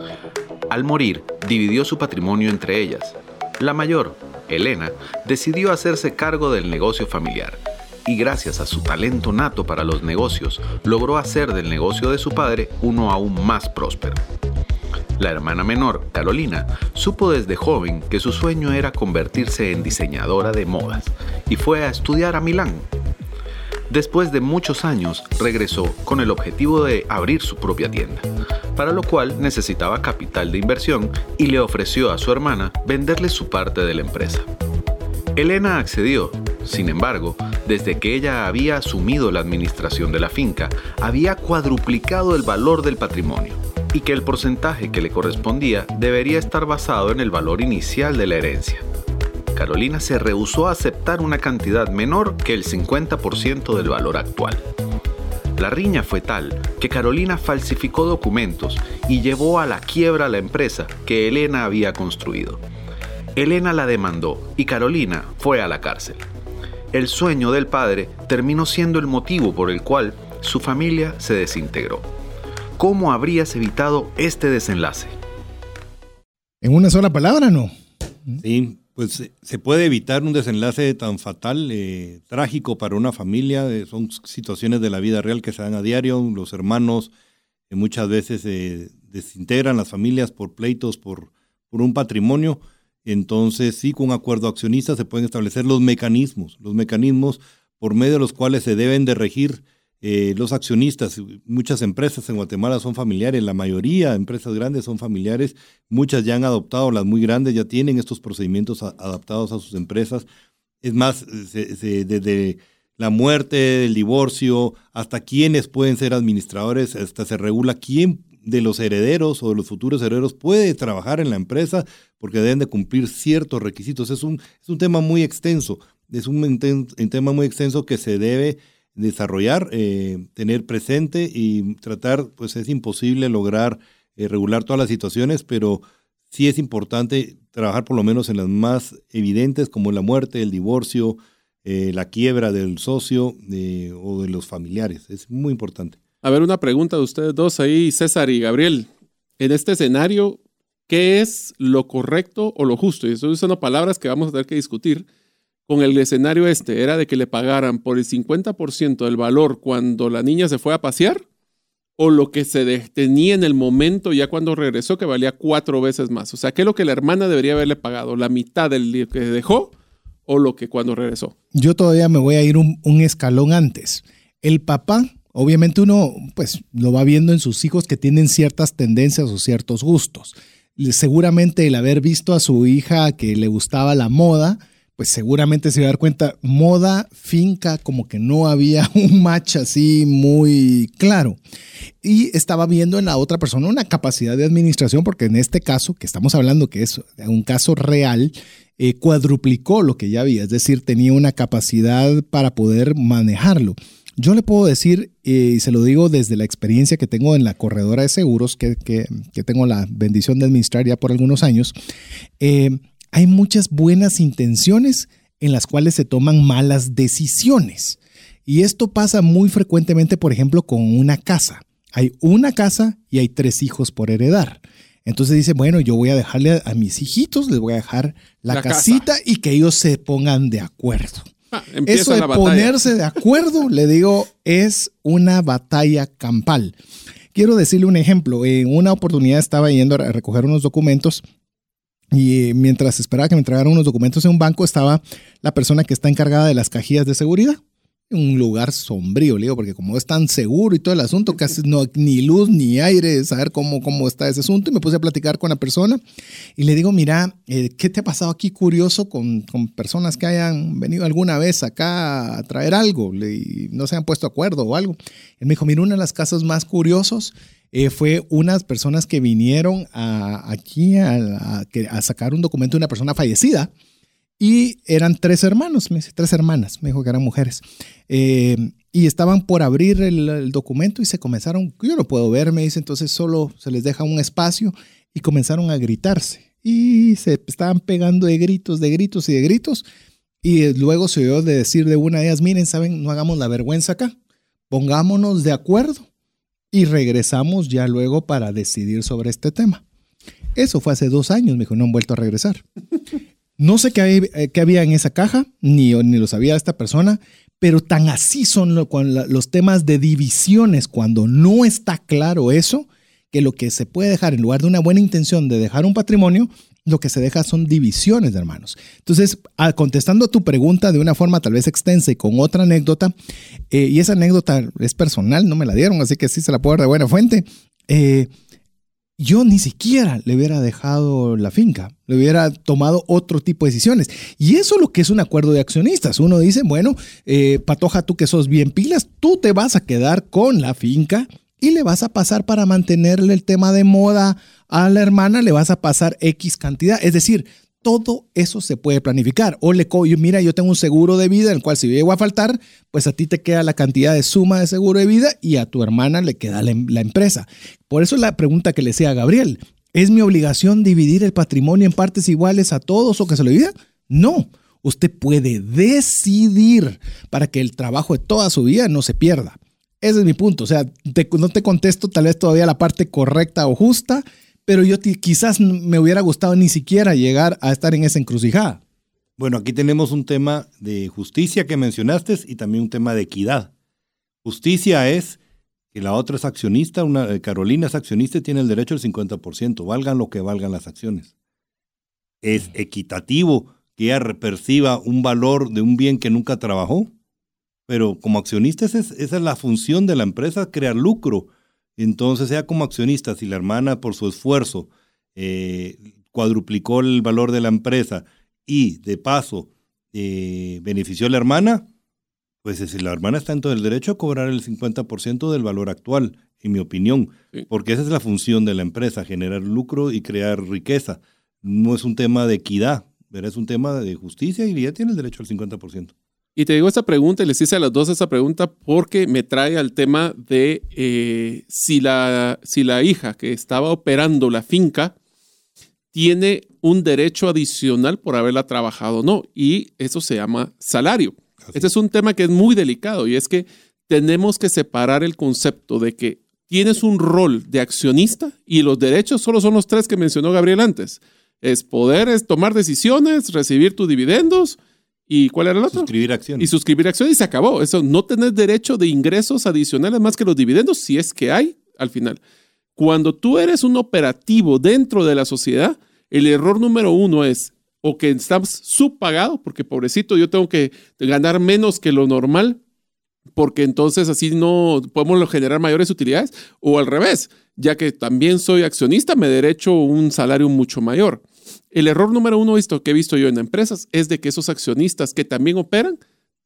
Al morir, dividió su patrimonio entre ellas. La mayor, Elena, decidió hacerse cargo del negocio familiar, y gracias a su talento nato para los negocios, logró hacer del negocio de su padre uno aún más próspero. La hermana menor, Carolina, supo desde joven que su sueño era convertirse en diseñadora de modas y fue a estudiar a Milán. Después de muchos años, regresó con el objetivo de abrir su propia tienda, para lo cual necesitaba capital de inversión y le ofreció a su hermana venderle su parte de la empresa. Elena accedió. Sin embargo, desde que ella había asumido la administración de la finca, había cuadruplicado el valor del patrimonio y que el porcentaje que le correspondía debería estar basado en el valor inicial de la herencia. Carolina se rehusó a aceptar una cantidad menor que el cincuenta por ciento del valor actual. La riña fue tal que Carolina falsificó documentos y llevó a la quiebra la empresa que Elena había construido. Elena la demandó y Carolina fue a la cárcel. El sueño del padre terminó siendo el motivo por el cual su familia se desintegró. ¿Cómo habrías evitado este desenlace? En una sola palabra, ¿no? Sí, pues se puede evitar un desenlace tan fatal, eh, trágico para una familia. Eh, son situaciones de la vida real que se dan a diario. Los hermanos eh, muchas veces eh, desintegran las familias por pleitos, por, por un patrimonio. Entonces, sí, con un acuerdo accionista se pueden establecer los mecanismos, los mecanismos por medio de los cuales se deben de regir eh, los accionistas. Muchas empresas en Guatemala son familiares, la mayoría de empresas grandes son familiares, muchas ya han adoptado, las muy grandes ya tienen estos procedimientos a, adaptados a sus empresas. Es más, se, se, desde la muerte, el divorcio, hasta quiénes pueden ser administradores, hasta se regula quién de los herederos o de los futuros herederos puede trabajar en la empresa porque deben de cumplir ciertos requisitos. Es un, es un tema muy extenso, es un, un tema muy extenso que se debe desarrollar, eh, tener presente y tratar, pues es imposible lograr eh, regular todas las situaciones, pero sí es importante trabajar por lo menos en las más evidentes como la muerte, el divorcio, eh, la quiebra del socio eh, o de los familiares. Es muy importante. A ver, una pregunta de ustedes dos ahí, César y Gabriel. En este escenario, ¿qué es lo correcto o lo justo? Y estoy usando palabras que vamos a tener que discutir. Con el escenario este, ¿era de que le pagaran por el cincuenta por ciento del valor cuando la niña se fue a pasear? ¿O lo que se tenía en el momento ya cuando regresó que valía cuatro veces más? O sea, ¿qué es lo que la hermana debería haberle pagado? ¿La mitad del que dejó o lo que cuando regresó? Yo todavía me voy a ir un, un escalón antes. El papá, obviamente uno pues lo va viendo en sus hijos que tienen ciertas tendencias o ciertos gustos. Seguramente el haber visto a su hija que le gustaba la moda, pues seguramente se va a dar cuenta, moda, finca, como que no había un match así muy claro. Y estaba viendo en la otra persona una capacidad de administración, porque en este caso, que estamos hablando que es un caso real, eh, cuadruplicó lo que ya había, es decir, tenía una capacidad para poder manejarlo. Yo le puedo decir, eh, y se lo digo desde la experiencia que tengo en la corredora de seguros, que, que, que tengo la bendición de administrar ya por algunos años, eh, hay muchas buenas intenciones en las cuales se toman malas decisiones. Y esto pasa muy frecuentemente, por ejemplo, con una casa. Hay una casa y hay tres hijos por heredar. Entonces dice, bueno, yo voy a dejarle a, a mis hijitos, les voy a dejar la, la casita casa. Y que ellos se pongan de acuerdo. Ah, Eso de ponerse de acuerdo, le digo, es una batalla campal. Quiero decirle un ejemplo. En una oportunidad estaba yendo a recoger unos documentos y mientras esperaba que me entregaran unos documentos en un banco, estaba la persona que está encargada de las cajillas de seguridad. Un lugar sombrío, le digo, porque como es tan seguro y todo el asunto, casi no ni luz ni aire, saber cómo, cómo está ese asunto. Y me puse a platicar con la persona y le digo, mira, eh, ¿qué te ha pasado aquí curioso con, con personas que hayan venido alguna vez acá a traer algo y no se han puesto de acuerdo o algo? Él me dijo, mira, una de las casos más curiosos eh, fue unas personas que vinieron a, aquí a, a, a sacar un documento de una persona fallecida. Y eran tres hermanos, me dice, tres hermanas, me dijo que eran mujeres. Eh, y estaban por abrir el, el documento y se comenzaron, yo no puedo ver, me dice, entonces solo se les deja un espacio y comenzaron a gritarse. Y se estaban pegando de gritos, de gritos y de gritos. Y luego se oyó de decir de una de ellas, miren, saben, no hagamos la vergüenza acá, pongámonos de acuerdo y regresamos ya luego para decidir sobre este tema. Eso fue hace dos años, me dijo, no han vuelto a regresar. No sé qué había, qué había en esa caja, ni, ni lo sabía esta persona, pero tan así son lo, la, los temas de divisiones cuando no está claro eso, que lo que se puede dejar en lugar de una buena intención de dejar un patrimonio, lo que se deja son divisiones, de hermanos. Entonces, a, contestando a tu pregunta de una forma tal vez extensa y con otra anécdota, eh, y esa anécdota es personal, no me la dieron, así que sí se la puedo dar de buena fuente, eh, yo ni siquiera le hubiera dejado la finca, le hubiera tomado otro tipo de decisiones. Y eso es lo que es un acuerdo de accionistas. Uno dice, bueno, eh, Patoja, tú que sos bien pilas, tú te vas a quedar con la finca y le vas a pasar para mantenerle el tema de moda a la hermana, le vas a pasar X cantidad. Es decir, todo eso se puede planificar. O le cojo, mira, yo tengo un seguro de vida en el cual si yo llego a faltar, pues a ti te queda la cantidad de suma de seguro de vida y a tu hermana le queda la, la empresa. Por eso la pregunta que le hacía a Gabriel, ¿es mi obligación dividir el patrimonio en partes iguales a todos o que se lo divida? No, usted puede decidir para que el trabajo de toda su vida no se pierda. Ese es mi punto. O sea, te, no te contesto tal vez todavía la parte correcta o justa, pero yo t- quizás me hubiera gustado ni siquiera llegar a estar en esa encrucijada. Bueno, aquí tenemos un tema de justicia que mencionaste y también un tema de equidad. Justicia es que la otra es accionista, una, Carolina es accionista y tiene el derecho al cincuenta por ciento, valgan lo que valgan las acciones. Es equitativo que ella perciba un valor de un bien que nunca trabajó, pero como accionista esa es, esa es la función de la empresa, crear lucro. Entonces, sea como accionista, si la hermana por su esfuerzo eh, cuadruplicó el valor de la empresa y de paso eh, benefició a la hermana, Pues si la hermana está en todo el derecho a cobrar el cincuenta por ciento del valor actual, en mi opinión, sí. Porque esa es la función de la empresa, generar lucro y crear riqueza. No es un tema de equidad, pero es un tema de justicia y ella tiene el derecho al cincuenta por ciento. Y te digo esta pregunta, y les hice a las dos esta pregunta porque me trae al tema de eh, si, la, si la hija que estaba operando la finca tiene un derecho adicional por haberla trabajado o no, y eso se llama salario. Así. Este es un tema que es muy delicado y es que tenemos que separar el concepto de que tienes un rol de accionista y los derechos solo son los tres que mencionó Gabriel antes. Es poder es tomar decisiones, recibir tus dividendos y ¿cuál era el otro? Suscribir acciones. Y suscribir acciones y se acabó. Eso, no tenés derecho de ingresos adicionales más que los dividendos si es que hay al final. Cuando tú eres un operativo dentro de la sociedad, el error número uno es o que estás subpagado, porque pobrecito yo tengo que ganar menos que lo normal, porque entonces así no podemos generar mayores utilidades, o al revés, ya que también soy accionista, me derecho un salario mucho mayor. El error número uno esto que he visto yo en empresas es de que esos accionistas que también operan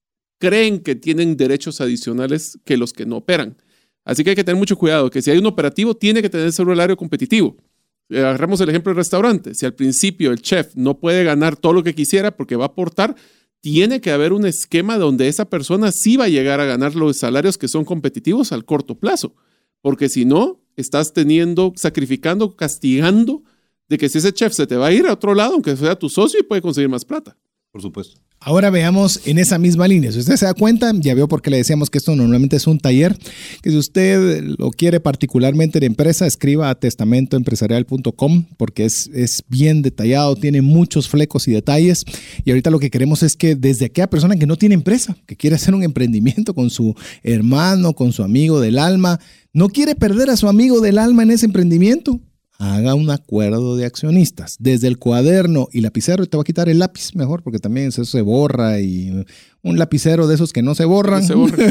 creen que tienen derechos adicionales que los que no operan. Así que hay que tener mucho cuidado, que si hay un operativo tiene que tener ese salario competitivo. Agarramos el ejemplo del restaurante. Si al principio el chef no puede ganar todo lo que quisiera porque va a aportar, tiene que haber un esquema donde esa persona sí va a llegar a ganar los salarios que son competitivos al corto plazo. Porque si no, estás teniendo, sacrificando, castigando de que si ese chef se te va a ir a otro lado, aunque sea tu socio, y puede conseguir más plata. Por supuesto. Ahora veamos en esa misma línea. Si usted se da cuenta, ya veo por qué le decíamos que esto normalmente es un taller, que si usted lo quiere particularmente en empresa, escriba a testamento empresarial punto com porque es, es bien detallado, tiene muchos flecos y detalles. Y ahorita lo que queremos es que desde aquella persona que no tiene empresa, que quiere hacer un emprendimiento con su hermano, con su amigo del alma, no quiere perder a su amigo del alma en ese emprendimiento, haga un acuerdo de accionistas. Desde el cuaderno y lapicero, te voy a quitar el lápiz mejor porque también eso se borra y un lapicero de esos que no se borran. No se borra.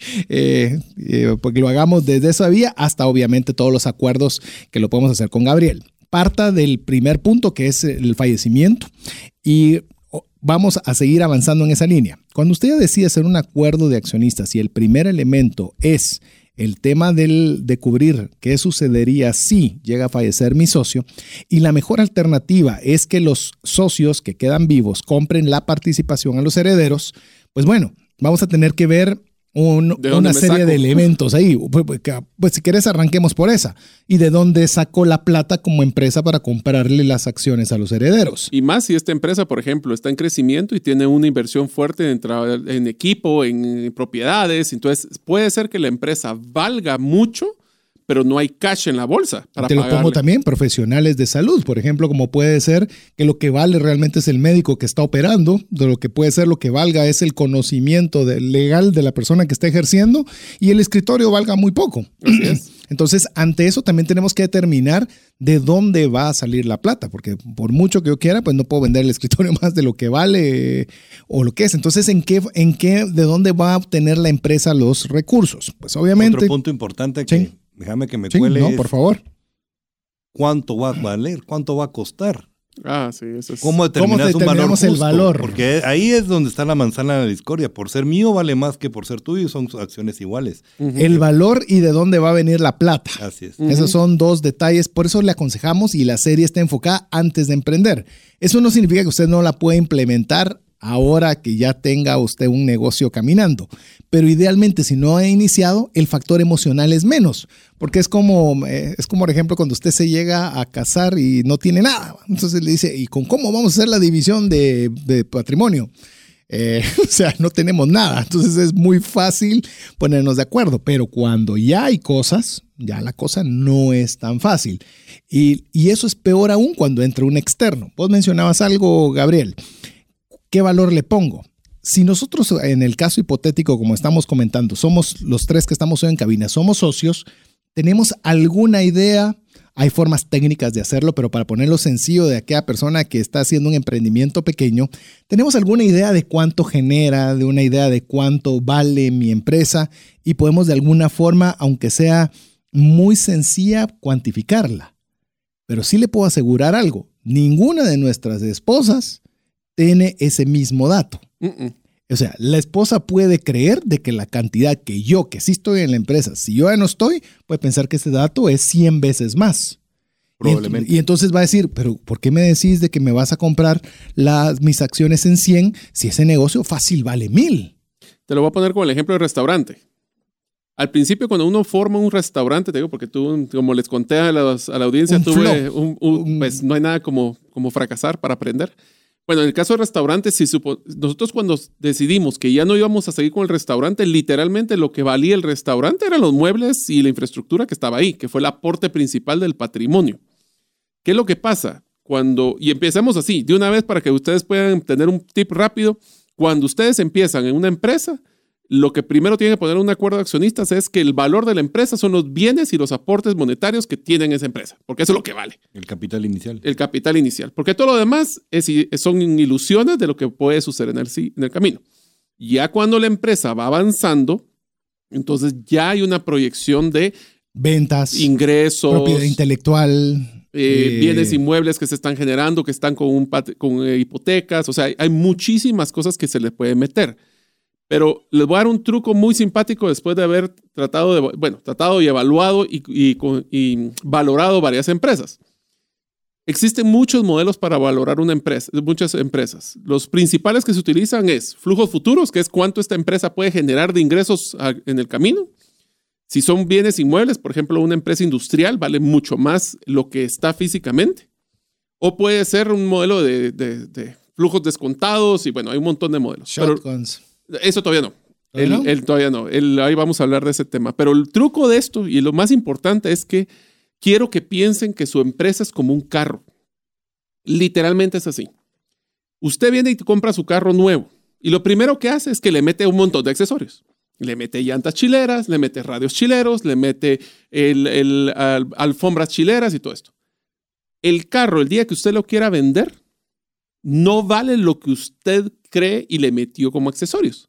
eh, eh, porque lo hagamos desde esa vía hasta obviamente todos los acuerdos que lo podemos hacer con Gabriel. Parta del primer punto que es el fallecimiento y vamos a seguir avanzando en esa línea. Cuando usted decide hacer un acuerdo de accionistas y el primer elemento es el tema del, de cubrir qué sucedería si llega a fallecer mi socio, y la mejor alternativa es que los socios que quedan vivos compren la participación a los herederos, pues bueno, vamos a tener que ver un, una serie saco? de elementos ahí. Pues, pues si quieres arranquemos por esa. ¿Y de dónde sacó la plata como empresa para comprarle las acciones a los herederos? Y más si esta empresa, por ejemplo, está en crecimiento y tiene una inversión fuerte en, en equipo, en propiedades. Entonces puede ser que la empresa valga mucho, pero no hay cash en la bolsa para Te lo pagarle. Pongo también profesionales de salud, por ejemplo, como puede ser que lo que vale realmente es el médico que está operando, de lo que puede ser lo que valga es el conocimiento de, legal de la persona que está ejerciendo y el escritorio valga muy poco. Así es. Entonces, ante eso también tenemos que determinar de dónde va a salir la plata, porque por mucho que yo quiera, pues no puedo vender el escritorio más de lo que vale eh, o lo que es. Entonces, ¿en qué, en qué, de dónde va a obtener la empresa los recursos? Pues obviamente. Otro punto importante que... Sí. Déjame que me sí, cuele. No, es por favor. ¿Cuánto va a valer? ¿Cuánto va a costar? Ah, sí, eso es. ¿Cómo determinas ¿Cómo un valor justo? el valor? Porque ahí es donde está la manzana de la discordia. Por ser mío vale más que por ser tuyo, son acciones iguales. Uh-huh. El valor y de dónde va a venir la plata. Así es. Uh-huh. Esos son dos detalles, por eso le aconsejamos y la serie está enfocada antes de emprender. Eso no significa que usted no la pueda implementar ahora que ya tenga usted un negocio caminando. Pero idealmente, si no ha iniciado, el factor emocional es menos. Porque es como, eh, es como, por ejemplo, cuando usted se llega a casar y no tiene nada. Entonces le dice, ¿y con cómo vamos a hacer la división de, de patrimonio? Eh, o sea, no tenemos nada. Entonces es muy fácil ponernos de acuerdo. Pero cuando ya hay cosas, ya la cosa no es tan fácil. Y, y eso es peor aún cuando entra un externo. Vos mencionabas algo, Gabriel. ¿Qué valor le pongo? Si nosotros, en el caso hipotético, como estamos comentando, somos los tres que estamos hoy en cabina, somos socios, ¿tenemos alguna idea? Hay formas técnicas de hacerlo, pero para ponerlo sencillo de aquella persona que está haciendo un emprendimiento pequeño, ¿tenemos alguna idea de cuánto genera, de una idea de cuánto vale mi empresa? Y podemos de alguna forma, aunque sea muy sencilla, cuantificarla. Pero sí le puedo asegurar algo, ninguna de nuestras esposas tiene ese mismo dato. Uh-uh. O sea, la esposa puede creer de que la cantidad que yo, que sí estoy en la empresa, si yo ya no estoy, puede pensar que ese dato es cien veces más. Probablemente. Y, ent- y entonces va a decir, pero ¿por qué me decís de que me vas a comprar las, mis acciones en cien si ese negocio fácil vale mil? Te lo voy a poner como el ejemplo del restaurante. Al principio, cuando uno forma un restaurante, te digo, porque tú, como les conté a, los, a la audiencia, Un tuve flop. un, un- Un- pues no hay nada como, como fracasar para aprender. Bueno, en el caso del restaurante, si supo- nosotros cuando decidimos que ya no íbamos a seguir con el restaurante, literalmente lo que valía el restaurante eran los muebles y la infraestructura que estaba ahí, que fue el aporte principal del patrimonio. ¿Qué es lo que pasa? Cuando, y empecemos así, de una vez para que ustedes puedan tener un tip rápido, cuando ustedes empiezan en una empresa, lo que primero tienen que poner en un acuerdo de accionistas es que el valor de la empresa son los bienes y los aportes monetarios que tienen esa empresa, porque eso es lo que vale, El capital inicial. el capital inicial, porque todo lo demás es, son ilusiones de lo que puede suceder en el, en el camino. Ya cuando la empresa va avanzando, entonces ya hay una proyección de Ventas, ingresos, propiedad intelectual. eh, eh, bienes inmuebles que se están generando, que están con, un pat- con eh, hipotecas, o sea, hay, hay muchísimas cosas que se le puede meter. Pero les voy a dar un truco muy simpático después de haber tratado de, bueno, tratado y evaluado y, y, con- y valorado varias empresas. Existen muchos modelos para valorar una empresa, muchas empresas. Los principales que se utilizan es flujos futuros, que es cuánto esta empresa puede generar de ingresos a- en el camino. Si son bienes inmuebles, por ejemplo, una empresa industrial vale mucho más lo que está físicamente. O puede ser un modelo de, de- de flujos descontados y bueno, hay un montón de modelos. Pero Shotguns. eso todavía no. ¿Todavía El- no? el- todavía no. El- ahí vamos a hablar de ese tema. Pero el truco de esto y lo más importante es que quiero que piensen que su empresa es como un carro. Literalmente es así. Usted viene y compra su carro nuevo y lo primero que hace es que le mete un montón de accesorios. Le mete llantas chileras, le mete radios chileros, le mete el, el, al- alfombras chileras y todo esto. El carro, el día que usted lo quiera vender, no vale lo que usted cree y le metió como accesorios.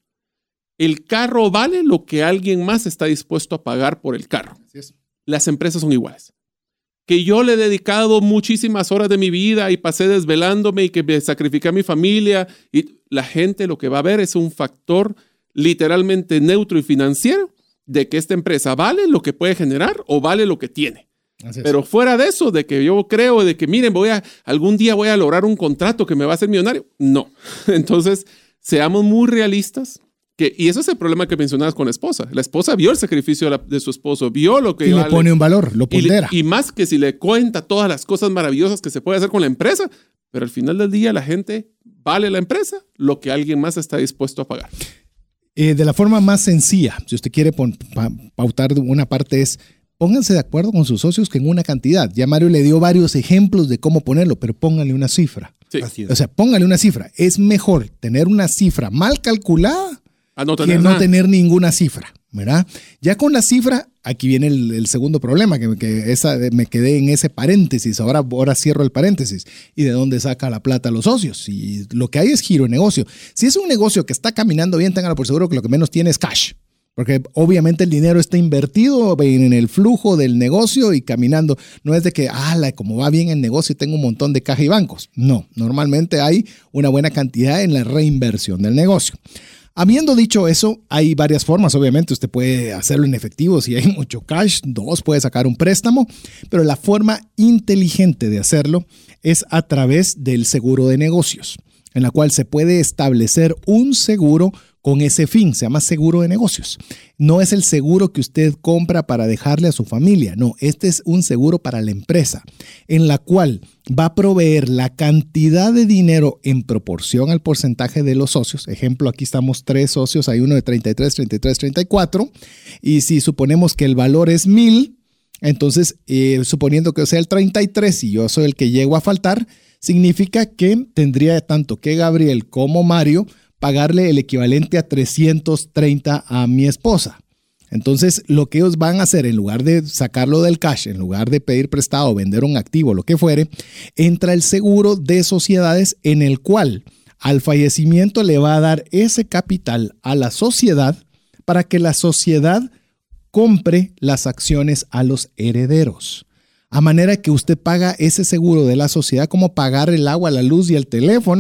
El carro vale lo que alguien más está dispuesto a pagar por el carro. Así es. Las empresas son iguales. Que yo le he dedicado muchísimas horas de mi vida y pasé desvelándome y que me sacrifiqué a mi familia, y la gente lo que va a ver es un factor literalmente neutro y financiero de que esta empresa vale lo que puede generar o vale lo que tiene. Así es. Pero fuera de eso, de que yo creo, de que miren, voy a, algún día voy a lograr un contrato que me va a hacer millonario, no. Entonces, seamos muy realistas. Que, y ese es el problema que mencionabas con la esposa. La esposa vio el sacrificio de, la- de su esposo, vio lo que y le vale. pone un valor, lo Y, le- pondera. y más que si le cuenta todas las cosas maravillosas que se puede hacer con la empresa, pero al final del día la gente vale la empresa lo que alguien más está dispuesto a pagar. Eh, de la forma más sencilla, si usted quiere pon- pa- pautar una parte es, pónganse de acuerdo con sus socios que en una cantidad. Ya Mario le dio varios ejemplos de cómo ponerlo, pero pónganle una cifra. Sí. Así es. O sea, póngale una cifra. Es mejor tener una cifra mal calculada A no que tener no nada. tener ninguna cifra, ¿verdad? Ya con la cifra, aquí viene el, el segundo problema, que, que esa, me quedé en ese paréntesis, ahora, ahora cierro el paréntesis. ¿Y de dónde saca la plata los socios? Y lo que hay es giro de negocio. Si es un negocio que está caminando bien, ténganlo por seguro que lo que menos tiene es cash. Porque obviamente el dinero está invertido en el flujo del negocio y caminando. No es de que, ah, como va bien el negocio, tengo un montón de caja y bancos. No, normalmente hay una buena cantidad en la reinversión del negocio. Habiendo dicho eso, hay varias formas. Obviamente usted puede hacerlo en efectivo si hay mucho cash. Dos, puede sacar un préstamo. Pero la forma inteligente de hacerlo es a través del seguro de negocios, en la cual se puede establecer un seguro con ese fin. Se llama seguro de negocios. No es el seguro que usted compra para dejarle a su familia. No, este es un seguro para la empresa, en la cual va a proveer la cantidad de dinero en proporción al porcentaje de los socios. Ejemplo, aquí estamos tres socios, hay uno de treinta y tres, treinta y tres, treinta y cuatro. Y si suponemos que el valor es mil, entonces, eh, suponiendo que yo sea el treinta y tres y yo soy el que llego a faltar, significa que tendría tanto que Gabriel como Mario pagarle el equivalente a trescientos treinta a mi esposa. Entonces, lo que ellos van a hacer, en lugar de sacarlo del cash, en lugar de pedir prestado, vender un activo, lo que fuere, entra el seguro de sociedades en el cual al fallecimiento le va a dar ese capital a la sociedad para que la sociedad compre las acciones a los herederos. A manera que usted paga ese seguro de la sociedad como pagar el agua, la luz y el teléfono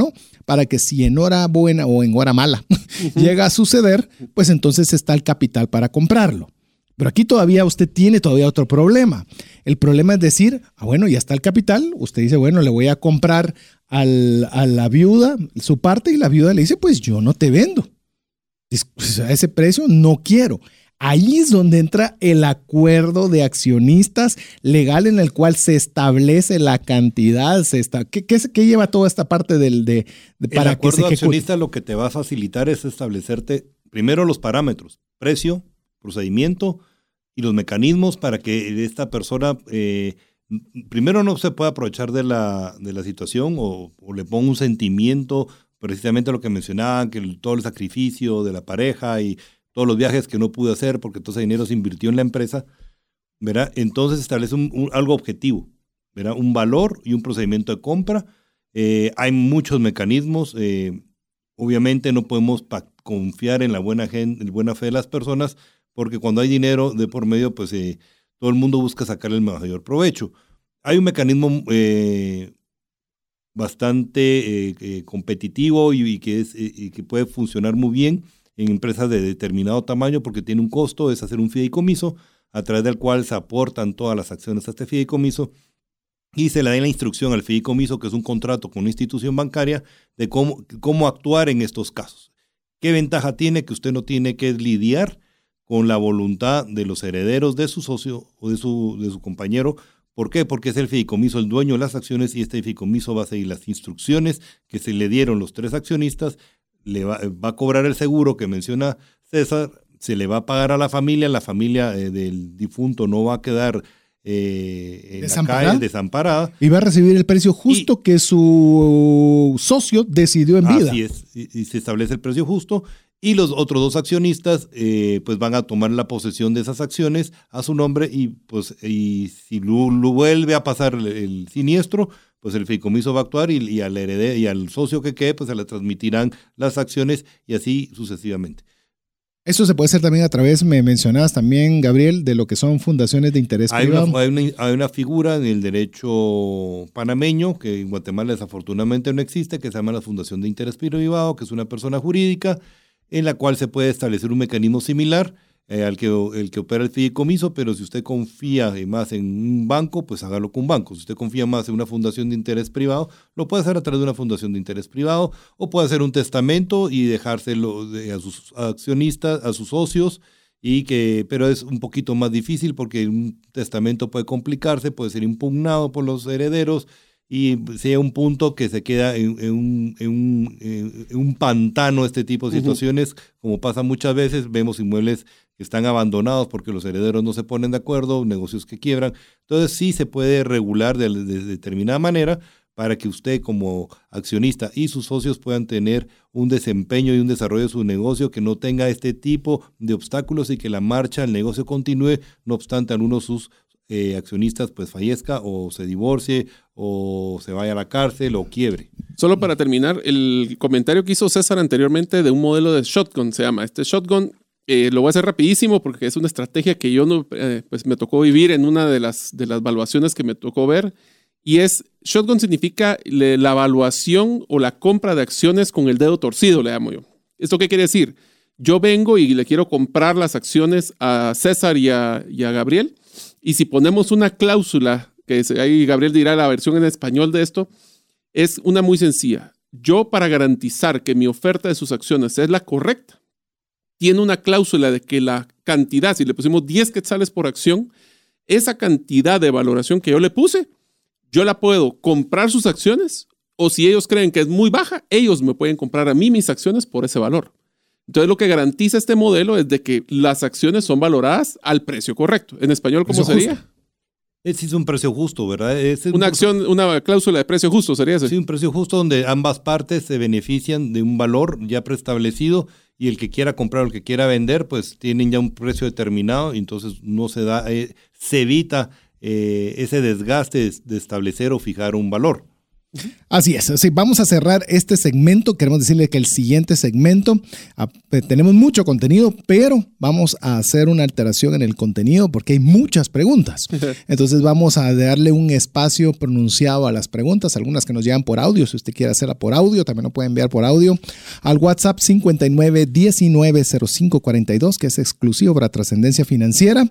para que si en hora buena o en hora mala uh-huh. llega a suceder, pues entonces está el capital para comprarlo. Pero aquí todavía usted tiene todavía otro problema. El problema es decir, ah, bueno, ya está el capital. Usted dice, bueno, le voy a comprar al, a la viuda su parte y la viuda le dice, pues yo no te vendo. A ese precio no quiero. Ahí es donde entra el acuerdo de accionistas legal en el cual se establece la cantidad. Se está, ¿qué, qué, ¿Qué lleva toda esta parte del de, de para el acuerdo que se de accionistas lo que te va a facilitar es establecerte primero los parámetros, precio, procedimiento y los mecanismos para que esta persona eh, primero no se pueda aprovechar de la, de la situación o, o le ponga un sentimiento, precisamente lo que mencionaban, que el, todo el sacrificio de la pareja y todos los viajes que no pude hacer porque todo ese dinero se invirtió en la empresa, ¿verdad? Entonces establece un, un, algo objetivo, ¿verdad? Un valor y un procedimiento de compra. Eh, hay muchos mecanismos, eh, obviamente no podemos pa- confiar en la buena, gente, en buena fe de las personas, porque cuando hay dinero de por medio, pues eh, todo el mundo busca sacarle el mayor provecho. Hay un mecanismo eh, bastante eh, eh, competitivo y, y, que es, eh, y que puede funcionar muy bien en empresas de determinado tamaño porque tiene un costo, es hacer un fideicomiso a través del cual se aportan todas las acciones a este fideicomiso y se le da la instrucción al fideicomiso, que es un contrato con una institución bancaria, de cómo, cómo actuar en estos casos. ¿Qué ventaja tiene? Que usted no tiene que lidiar con la voluntad de los herederos de su socio o de su, de su compañero. ¿Por qué? Porque es el fideicomiso el dueño de las acciones y este fideicomiso va a seguir las instrucciones que se le dieron los tres accionistas, le va, va a cobrar el seguro que menciona César, se le va a pagar a la familia, la familia eh, del difunto no va a quedar eh, en desamparada. la calle, desamparada. Y va a recibir el precio justo y, que su socio decidió en vida. Así es, y, y se establece el precio justo. Y los otros dos accionistas eh, pues van a tomar la posesión de esas acciones a su nombre y pues y si lo, lo vuelve a pasar el, el siniestro, pues el fideicomiso va a actuar y, y al heredero y al socio que quede pues se le transmitirán las acciones y así sucesivamente. Eso se puede hacer también a través, me mencionabas también, Gabriel, de lo que son fundaciones de interés hay privado. Una, hay, una, hay una figura en el derecho panameño que en Guatemala desafortunadamente no existe, que se llama la Fundación de Interés Privado, que es una persona jurídica en la cual se puede establecer un mecanismo similar eh, al que, el que opera el fideicomiso, pero si usted confía más en un banco, pues hágalo con un banco. Si usted confía más en una fundación de interés privado, lo puede hacer a través de una fundación de interés privado, o puede hacer un testamento y dejárselo de, a sus accionistas, a sus socios, y que, pero es un poquito más difícil porque un testamento puede complicarse, puede ser impugnado por los herederos, y sea un punto que se queda en, en, un, en, un, en un pantano este tipo de situaciones, uh-huh. como pasa muchas veces, vemos inmuebles que están abandonados porque los herederos no se ponen de acuerdo, negocios que quiebran, entonces sí se puede regular de, de, de determinada manera para que usted como accionista y sus socios puedan tener un desempeño y un desarrollo de su negocio que no tenga este tipo de obstáculos y que la marcha, el negocio continúe, no obstante algunos de sus Eh, accionistas pues fallezca o se divorcie o se vaya a la cárcel o quiebre. Solo para terminar, el comentario que hizo César anteriormente de un modelo de shotgun se llama. Este shotgun eh, lo voy a hacer rapidísimo porque es una estrategia que yo no, eh, pues me tocó vivir en una de las, de las evaluaciones que me tocó ver. Y es, shotgun significa le, la evaluación o la compra de acciones con el dedo torcido, le llamo yo. ¿Esto qué quiere decir? Yo vengo y le quiero comprar las acciones a César y a, y a Gabriel. Y si ponemos una cláusula, que es, ahí Gabriel dirá la versión en español de esto, es una muy sencilla. Yo, para garantizar que mi oferta de sus acciones es la correcta, tiene una cláusula de que la cantidad, si le pusimos diez quetzales por acción, esa cantidad de valoración que yo le puse, yo la puedo comprar sus acciones, o si ellos creen que es muy baja, ellos me pueden comprar a mí mis acciones por ese valor. Entonces lo que garantiza este modelo es de que las acciones son valoradas al precio correcto. En español, ¿cómo sería? Justo. Ese es un precio justo, ¿verdad? Es una acción, una cláusula de precio justo sería ese. Sí, un precio justo donde ambas partes se benefician de un valor ya preestablecido y el que quiera comprar o el que quiera vender, pues tienen ya un precio determinado y entonces no se da, eh, se evita eh, ese desgaste de establecer o fijar un valor. Así es, así, vamos a cerrar este segmento. Queremos decirle que el siguiente segmento a, tenemos mucho contenido, pero vamos a hacer una alteración en el contenido porque hay muchas preguntas. Entonces vamos a darle un espacio pronunciado a las preguntas, algunas que nos llegan por audio. Si usted quiere hacerla por audio, también lo puede enviar por audio al WhatsApp cincuenta y nueve diecinueve cero cinco cuarenta y dos, que es exclusivo para Trascendencia Financiera.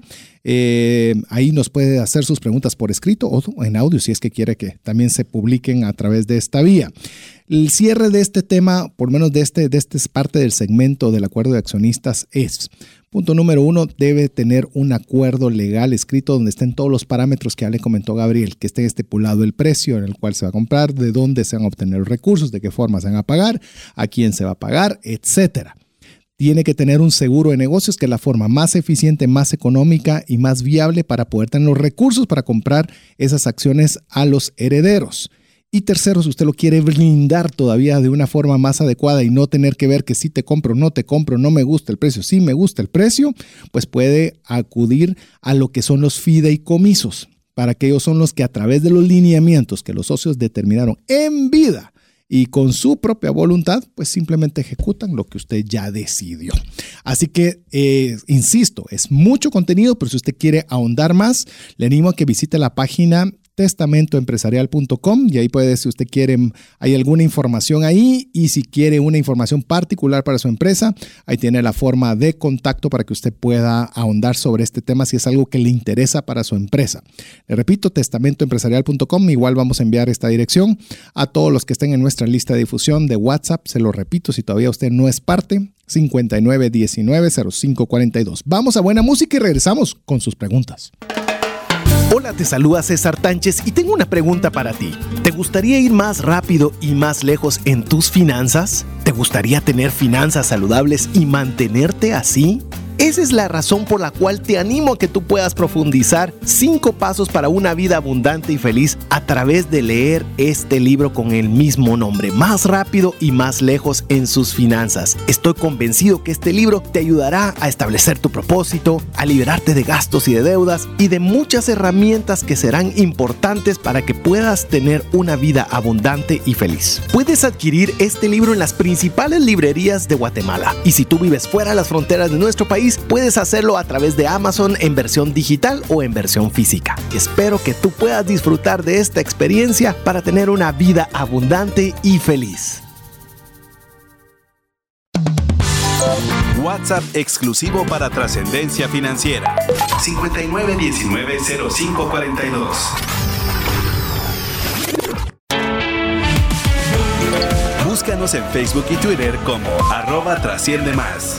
Eh, ahí nos puede hacer sus preguntas por escrito o en audio si es que quiere que también se publiquen a través de esta vía. El cierre de este tema, por lo menos de este, de este parte del segmento del acuerdo de accionistas es, punto número uno, debe tener un acuerdo legal escrito donde estén todos los parámetros que ya le comentó Gabriel, que esté estipulado el precio en el cual se va a comprar, de dónde se van a obtener los recursos, de qué forma se van a pagar, a quién se va a pagar, etcétera. Tiene que tener un seguro de negocios, que es la forma más eficiente, más económica y más viable para poder tener los recursos para comprar esas acciones a los herederos. Y tercero, si usted lo quiere blindar todavía de una forma más adecuada y no tener que ver que si te compro, no te compro, no me gusta el precio, sí me gusta el precio, pues puede acudir a lo que son los fideicomisos, para que ellos son los que a través de los lineamientos que los socios determinaron en vida y con su propia voluntad, pues simplemente ejecutan lo que usted ya decidió. Así que, eh, insisto, es mucho contenido, pero si usted quiere ahondar más, le animo a que visite la página testamento empresarial punto com y ahí puede, si usted quiere, hay alguna información ahí, y si quiere una información particular para su empresa, ahí tiene la forma de contacto para que usted pueda ahondar sobre este tema si es algo que le interesa para su empresa. Le repito, testamento empresarial punto com. Igual vamos a enviar esta dirección a todos los que estén en nuestra lista de difusión de WhatsApp. Se lo repito, si todavía usted no es parte, cincuenta y nueve diecinueve cero cinco cuarenta y dos. Vamos a buena música y regresamos con sus preguntas. Hola, te saluda César Tánchez y tengo una pregunta para ti. ¿Te gustaría ir más rápido y más lejos en tus finanzas? ¿Te gustaría tener finanzas saludables y mantenerte así? Esa es la razón por la cual te animo a que tú puedas profundizar cinco pasos para una vida abundante y feliz a través de leer este libro con el mismo nombre, Más rápido y más lejos en sus finanzas. Estoy convencido que este libro te ayudará a establecer tu propósito, a liberarte de gastos y de deudas y de muchas herramientas que serán importantes para que puedas tener una vida abundante y feliz. Puedes adquirir este libro en las principales librerías de Guatemala, y si tú vives fuera de las fronteras de nuestro país, puedes hacerlo a través de Amazon en versión digital o en versión física. Espero que tú puedas disfrutar de esta experiencia para tener una vida abundante y feliz. WhatsApp exclusivo para Trascendencia Financiera. cincuenta y nueve diecinueve cero cinco cuarenta y dos. Búscanos en Facebook y Twitter como arroba Trasciende Más.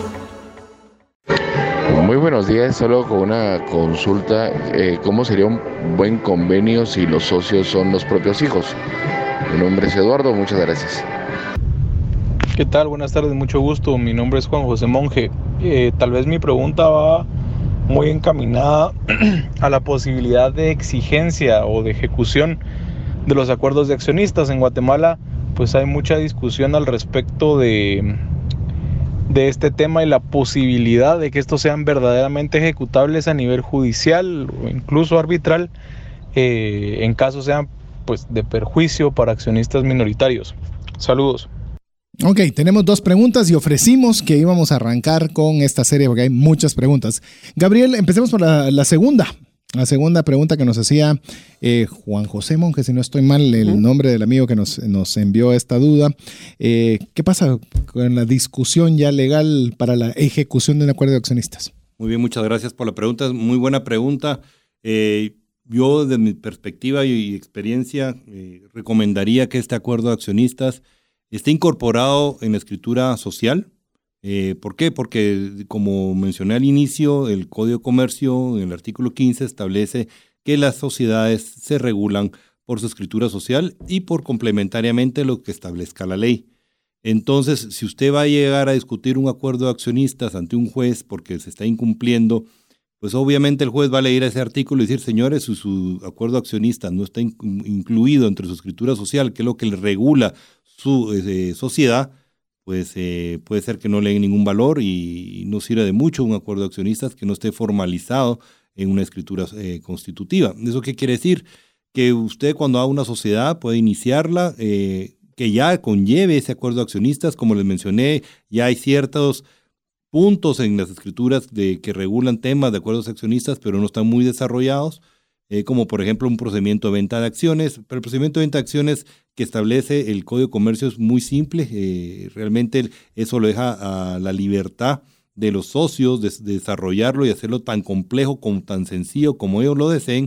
Muy buenos días, solo con una consulta, eh, ¿cómo sería un buen convenio si los socios son los propios hijos? Mi nombre es Eduardo, muchas gracias. ¿Qué tal? Buenas tardes, mucho gusto, mi nombre es Juan José Monge. Eh, tal vez mi pregunta va muy encaminada a la posibilidad de exigencia o de ejecución de los acuerdos de accionistas. En Guatemala pues hay mucha discusión al respecto de... de este tema y la posibilidad de que estos sean verdaderamente ejecutables a nivel judicial o incluso arbitral, eh, en caso sean pues de perjuicio para accionistas minoritarios. Saludos. Ok, tenemos dos preguntas y ofrecimos que íbamos a arrancar con esta serie porque hay muchas preguntas. Gabriel, empecemos por la, la segunda. La segunda pregunta que nos hacía eh, Juan José Monge, si no estoy mal, el uh-huh. nombre del amigo que nos, nos envió esta duda. Eh, ¿Qué pasa con la discusión ya legal para la ejecución de un acuerdo de accionistas? Muy bien, muchas gracias por la pregunta. Muy buena pregunta. Eh, yo, desde mi perspectiva y experiencia, eh, recomendaría que este acuerdo de accionistas esté incorporado en la escritura social. Eh, ¿Por qué? Porque, como mencioné al inicio, el Código de Comercio, en el artículo quince, establece que las sociedades se regulan por su escritura social y por complementariamente lo que establezca la ley. Entonces, si usted va a llegar a discutir un acuerdo de accionistas ante un juez porque se está incumpliendo, pues obviamente el juez va a leer ese artículo y decir, señores, su, su acuerdo de accionistas no está in, incluido entre su escritura social, que es lo que le regula su eh, sociedad, pues eh, puede ser que no le den ningún valor y no sirve de mucho un acuerdo de accionistas que no esté formalizado en una escritura eh, constitutiva. ¿Eso qué quiere decir? que usted cuando haga una sociedad puede iniciarla, eh, que ya conlleve ese acuerdo de accionistas. Como les mencioné, ya hay ciertos puntos en las escrituras de, que regulan temas de acuerdos de accionistas, pero no están muy desarrollados, eh, como por ejemplo un procedimiento de venta de acciones. Pero el procedimiento de venta de acciones que establece el Código de Comercio es muy simple, eh, realmente eso lo deja a la libertad de los socios de, de desarrollarlo y hacerlo tan complejo como tan sencillo como ellos lo deseen,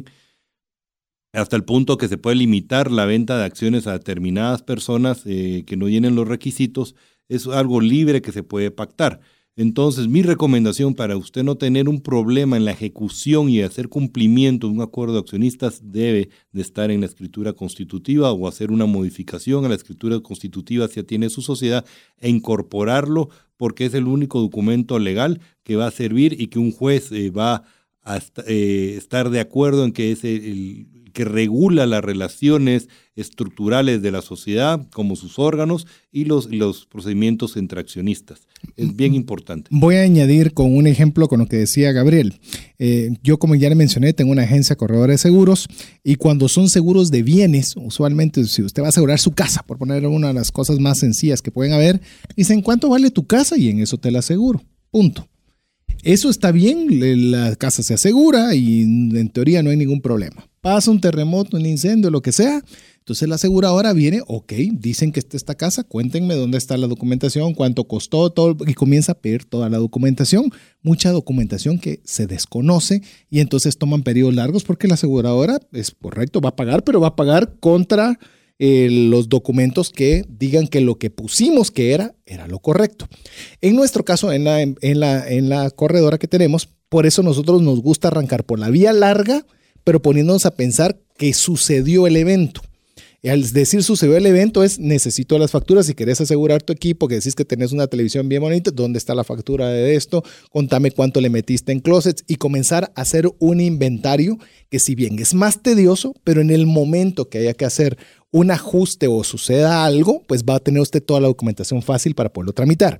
hasta el punto que se puede limitar la venta de acciones a determinadas personas eh, que no llenen los requisitos. Es algo libre que se puede pactar. Entonces, mi recomendación para usted no tener un problema en la ejecución y hacer cumplimiento de un acuerdo de accionistas debe de estar en la escritura constitutiva o hacer una modificación a la escritura constitutiva si ya tiene su sociedad e incorporarlo, porque es el único documento legal que va a servir y que un juez eh, va a est- eh, estar de acuerdo en que es el, el que regula las relaciones estructurales de la sociedad, como sus órganos y los, los procedimientos entre accionistas. Es bien importante. Voy a añadir con un ejemplo con lo que decía Gabriel. Eh, yo, como ya le mencioné, tengo una agencia corredora de seguros, y cuando son seguros de bienes, usualmente si usted va a asegurar su casa, por poner una de las cosas más sencillas que pueden haber, dicen ¿cuánto vale tu casa? Y en eso te la aseguro. Punto. Eso está bien, la casa se asegura y en teoría no hay ningún problema. Pasa un terremoto, un incendio, lo que sea, entonces la aseguradora viene, ok, dicen que está esta casa, cuéntenme dónde está la documentación, cuánto costó, todo, y comienza a pedir toda la documentación, mucha documentación que se desconoce, y entonces toman periodos largos porque la aseguradora, es correcto, va a pagar, pero va a pagar contra eh, los documentos que digan que lo que pusimos que era, era lo correcto. En nuestro caso, en la, en la, en la corredora que tenemos, por eso nosotros nos gusta arrancar por la vía larga, pero poniéndonos a pensar que sucedió el evento. Al decir sucedió el evento es necesito las facturas. Si querés asegurar tu equipo, que decís que tenés una televisión bien bonita, ¿dónde está la factura de esto? Contame cuánto le metiste en closets, y comenzar a hacer un inventario que, si bien es más tedioso, pero en el momento que haya que hacer un ajuste o suceda algo, pues va a tener usted toda la documentación fácil para poderlo tramitar.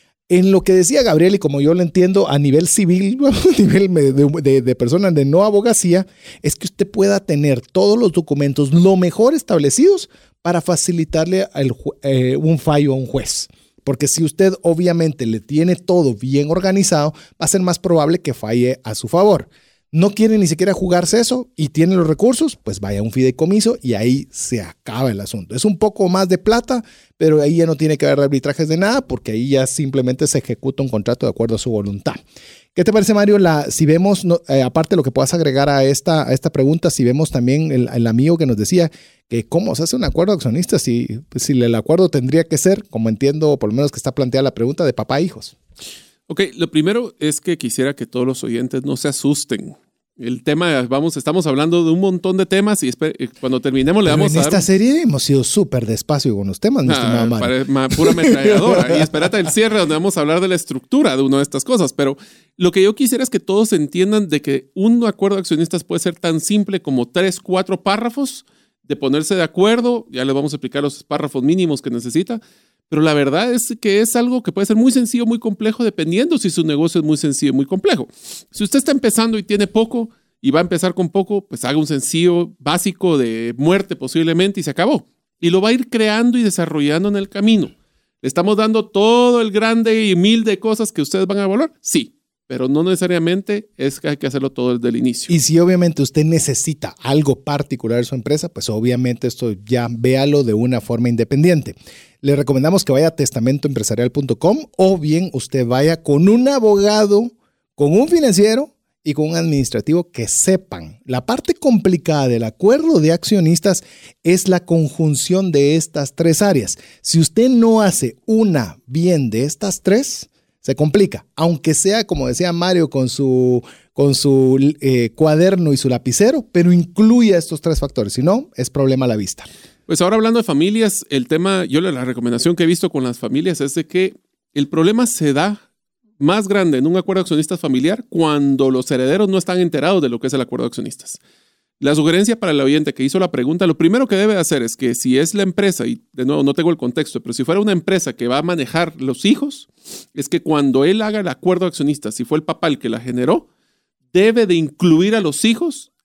En lo que decía Gabriel, y como yo lo entiendo a nivel civil, a nivel de, de, de persona de no abogacía, es que usted pueda tener todos los documentos lo mejor establecidos para facilitarle el, eh, un fallo a un juez. Porque si usted obviamente le tiene todo bien organizado, va a ser más probable que falle a su favor. No quiere ni siquiera jugarse eso y tiene los recursos, pues vaya a un fideicomiso y ahí se acaba el asunto. Es un poco más de plata, pero ahí ya no tiene que haber arbitrajes de nada, porque ahí ya simplemente se ejecuta un contrato de acuerdo a su voluntad. ¿Qué te parece, Mario? La, si vemos, no, eh, aparte de lo que puedas agregar a esta, a esta pregunta, si vemos también el, el amigo que nos decía que cómo se hace un acuerdo de accionistas, si, si el acuerdo tendría que ser, como entiendo, por lo menos que está planteada la pregunta, de papá e hijos. Ok, lo primero es que quisiera que todos los oyentes no se asusten. El tema, vamos, estamos hablando de un montón de temas y esper- cuando terminemos le Pero vamos en a dar... esta serie hemos sido súper despacio con los temas, mi estimado Ah, Mario. pare- ma- pura ametralladora. Y espérate el cierre donde vamos a hablar de la estructura de una de estas cosas. Pero lo que yo quisiera es que todos entiendan de que un acuerdo de accionistas puede ser tan simple como tres, cuatro párrafos de ponerse de acuerdo. Ya les vamos a explicar los párrafos mínimos que necesita. Pero la verdad es que es algo que puede ser muy sencillo o muy complejo, dependiendo si su negocio es muy sencillo o muy complejo. Si usted está empezando y tiene poco y va a empezar con poco, pues haga un sencillo básico de muerte posiblemente y se acabó. Y lo va a ir creando y desarrollando en el camino. ¿Le estamos dando todo el grande y mil de cosas que ustedes van a evaluar? Sí, pero no necesariamente es que hay que hacerlo todo desde el inicio. Y si obviamente usted necesita algo particular en su empresa, pues obviamente esto ya véalo de una forma independiente. Le recomendamos que vaya a testamento empresarial punto com, o bien usted vaya con un abogado, con un financiero y con un administrativo que sepan. La parte complicada del acuerdo de accionistas es la conjunción de estas tres áreas. Si usted no hace una bien de estas tres, se complica. Aunque sea, como decía Mario, con su, con su eh, cuaderno y su lapicero, pero incluya estos tres factores. Si no, es problema a la vista. Pues ahora, hablando de familias, el tema, yo la recomendación que he visto con las familias es de que el problema se da más grande en un acuerdo de accionistas familiar cuando los herederos no están enterados de lo que es el acuerdo de accionistas. La sugerencia para el oyente que hizo la pregunta, lo primero que debe hacer es que si es la empresa, y de nuevo no tengo el contexto, pero si fuera una empresa que va a manejar los hijos, es que cuando él haga el acuerdo de accionistas, si fue el papá el que la generó, debe de incluir a los hijos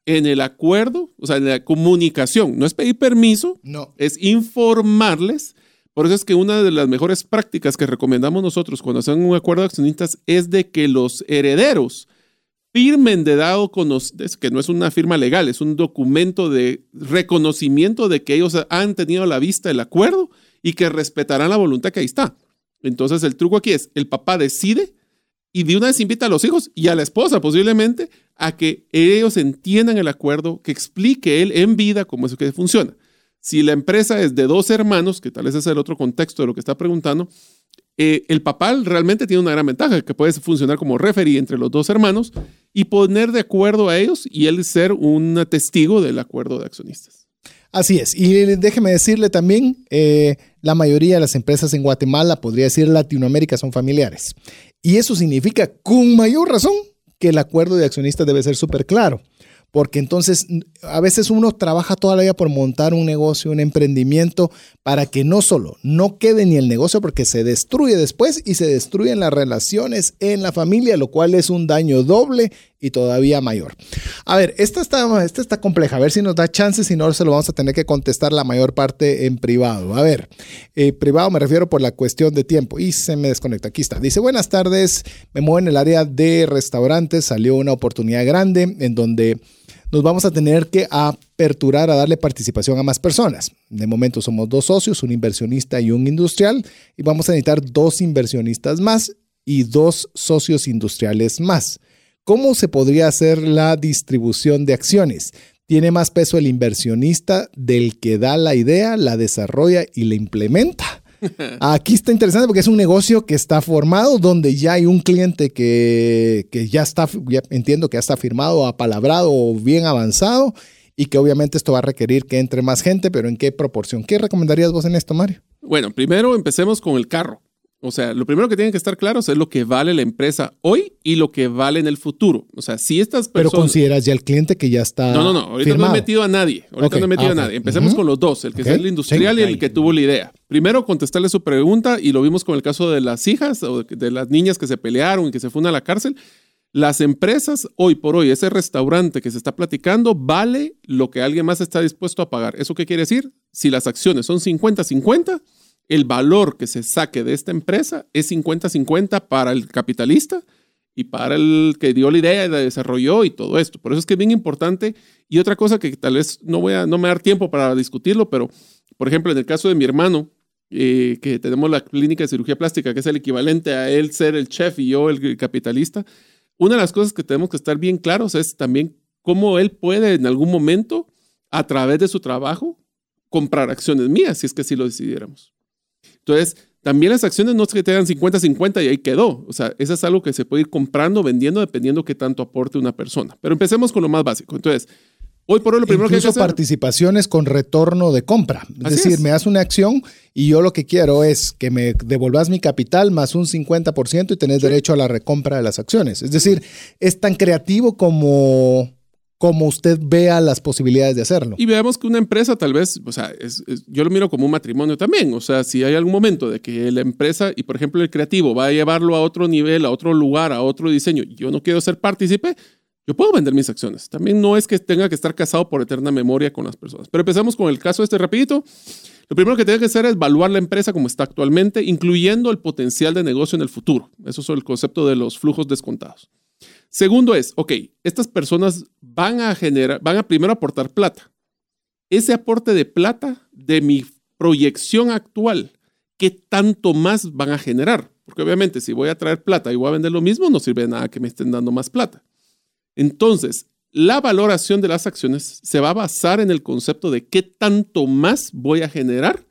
en el acuerdo, o sea, en la comunicación. No es pedir permiso, no. Es informarles. Por eso es que una de las mejores prácticas que recomendamos nosotros cuando hacen un acuerdo de accionistas es de que los herederos firmen de dado conocimiento, que no es una firma legal, es un documento de reconocimiento de que ellos han tenido a la vista el acuerdo y que respetarán la voluntad que ahí está. Entonces el truco aquí es, el papá decide y de una vez invita a los hijos y a la esposa posiblemente a que ellos entiendan el acuerdo, que explique él en vida cómo es que funciona. Si la empresa es de dos hermanos, que tal vez es el otro contexto de lo que está preguntando, eh, el papá realmente tiene una gran ventaja, que puede funcionar como referee entre los dos hermanos y poner de acuerdo a ellos y él ser un testigo del acuerdo de accionistas. Así es. Y déjeme decirle también, eh, la mayoría de las empresas en Guatemala, podría decir Latinoamérica, son familiares. Y eso significa con mayor razón que el acuerdo de accionistas debe ser súper claro. Porque entonces a veces uno trabaja toda la vida por montar un negocio, un emprendimiento, para que no solo no quede ni el negocio, porque se destruye después y se destruyen las relaciones en la familia, lo cual es un daño doble y todavía mayor. A ver, esta está, esta está compleja, a ver si nos da chance, si no se lo vamos a tener que contestar la mayor parte en privado. A ver, eh, privado me refiero por la cuestión de tiempo y se me desconecta. Aquí está. Dice, buenas tardes, me muevo en el área de restaurantes, salió una oportunidad grande en donde nos vamos a tener que aperturar a darle participación a más personas. De momento somos dos socios, un inversionista y un industrial, y vamos a necesitar dos inversionistas más y dos socios industriales más. ¿Cómo se podría hacer la distribución de acciones? ¿Tiene más peso el inversionista del que da la idea, la desarrolla y la implementa? Aquí está interesante porque es un negocio que está formado, donde ya hay un cliente que, que ya está, ya entiendo que ya está firmado, apalabrado o bien avanzado, y que obviamente esto va a requerir que entre más gente, pero ¿en qué proporción? ¿Qué recomendarías vos en esto, Mario? Bueno, primero empecemos con el carro. O sea, lo primero que tienen que estar claros es lo que vale la empresa hoy y lo que vale en el futuro. O sea, si estas personas... Pero consideras ya el cliente que ya está No, no, no. Ahorita firmado. no he metido a nadie. Ahorita Okay. no he metido ah, a nadie. okay. Empecemos uh-huh. con los dos. El que Okay. es el industrial sí. y el que tuvo la idea. Primero, contestarle su pregunta, y lo vimos con el caso de las hijas o de las niñas que se pelearon y que se fueron a la cárcel. Las empresas, hoy por hoy, ese restaurante que se está platicando, vale lo que alguien más está dispuesto a pagar. ¿Eso qué quiere decir? Si las acciones son cincuenta cincuenta, el valor que se saque de esta empresa es cincuenta cincuenta para el capitalista y para el que dio la idea y la desarrolló y todo esto. Por eso es que es bien importante. Y otra cosa que tal vez no, voy a, no me va a dar tiempo para discutirlo, pero, por ejemplo, en el caso de mi hermano, eh, que tenemos la clínica de cirugía plástica, que es el equivalente a él ser el chef y yo el capitalista, una de las cosas que tenemos que estar bien claros es también cómo él puede en algún momento, a través de su trabajo, comprar acciones mías, si es que así lo decidiéramos. Entonces, también las acciones no es que te dan cincuenta cincuenta y ahí quedó. O sea, eso es algo que se puede ir comprando, vendiendo, dependiendo qué tanto aporte una persona. Pero empecemos con lo más básico. Entonces, hoy por hoy lo primero Incluso que hay que hacer... participaciones con retorno de compra. Es Así decir, es. me das una acción y yo lo que quiero es que me devolvas mi capital más un cincuenta por ciento y tenés sí. derecho a la recompra de las acciones. Es decir, es tan creativo como... como usted vea las posibilidades de hacerlo. Y veamos que una empresa tal vez, o sea, es, es, yo lo miro como un matrimonio también. O sea, si hay algún momento de que la empresa, y por ejemplo el creativo, va a llevarlo a otro nivel, a otro lugar, a otro diseño, y yo no quiero ser partícipe, yo puedo vender mis acciones. También no es que tenga que estar casado por eterna memoria con las personas. Pero empezamos con el caso este rapidito. Lo primero que tiene que hacer es evaluar la empresa como está actualmente, incluyendo el potencial de negocio en el futuro. Eso es el concepto de los flujos descontados. Segundo es, ok, estas personas van a generar, van a primero aportar plata. Ese aporte de plata de mi proyección actual, ¿qué tanto más van a generar? Porque obviamente si voy a traer plata y voy a vender lo mismo, no sirve de nada que me estén dando más plata. Entonces, la valoración de las acciones se va a basar en el concepto de qué tanto más voy a generar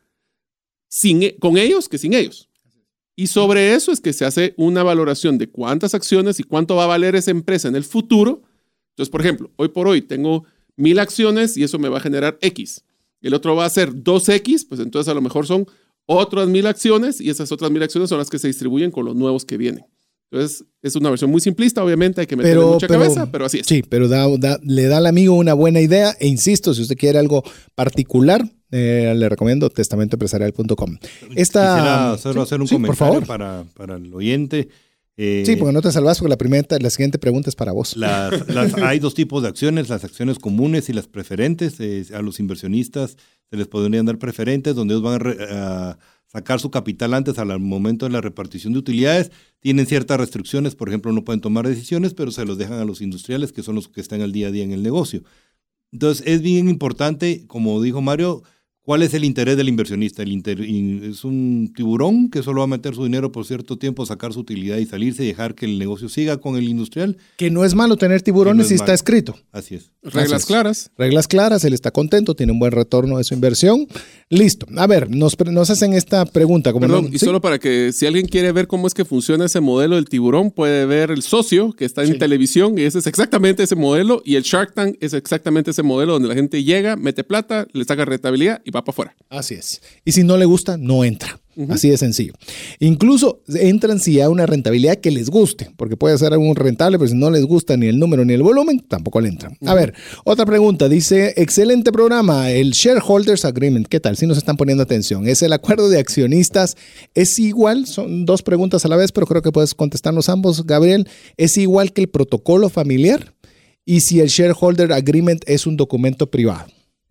sin, con ellos que sin ellos. Y sobre eso es que se hace una valoración de cuántas acciones y cuánto va a valer esa empresa en el futuro. Entonces, por ejemplo, hoy por hoy tengo mil acciones y eso me va a generar X. El otro va a ser dos X, pues entonces a lo mejor son otras mil acciones y esas otras mil acciones son las que se distribuyen con los nuevos que vienen. Entonces, es una versión muy simplista, obviamente, hay que meterle pero, mucha pero, cabeza, pero así es. Sí, pero da, da, le da al amigo una buena idea e insisto, si usted quiere algo particular, eh, le recomiendo testamento empresarial punto com. Esta... Quisiera hacer, sí, hacer un sí, comentario para, para el oyente. Eh, sí, porque no te salvas porque la, primera, la siguiente pregunta es para vos. Las, las, hay dos tipos de acciones, las acciones comunes y las preferentes. Eh, a los inversionistas se les podrían dar preferentes, donde ellos van a, re, a sacar su capital antes al momento de la repartición de utilidades. Tienen ciertas restricciones, por ejemplo, no pueden tomar decisiones, pero se los dejan a los industriales, que son los que están al día a día en el negocio. Entonces, es bien importante, como dijo Mario, ¿cuál es el interés del inversionista? El inter, es un tiburón que solo va a meter su dinero por cierto tiempo, sacar su utilidad y salirse y dejar que el negocio siga con el industrial. Que no es malo tener tiburones no si malo. Está escrito. Así es. Reglas Así es. claras. Reglas claras, él está contento, tiene un buen retorno de su inversión. Listo. A ver, nos, nos hacen esta pregunta. Como Perdón, no, y ¿sí? solo para que si alguien quiere ver cómo es que funciona ese modelo del tiburón, puede ver El Socio, que está en sí. televisión, y ese es exactamente ese modelo, y el Shark Tank es exactamente ese modelo donde la gente llega, mete plata, le saca rentabilidad y va para afuera. Así es. Y si no le gusta, no entra. Uh-huh. Así de sencillo. Incluso entran si hay una rentabilidad que les guste, porque puede ser algún rentable, pero si no les gusta ni el número ni el volumen, tampoco le entran. Uh-huh. A ver, otra pregunta. Dice, excelente programa, el Shareholders Agreement. ¿Qué tal? Si nos están poniendo atención. ¿Es el acuerdo de accionistas? ¿Es igual? Son dos preguntas a la vez, pero creo que puedes contestarnos ambos, Gabriel. ¿Es igual que el protocolo familiar? Y si el Shareholder Agreement es un documento privado.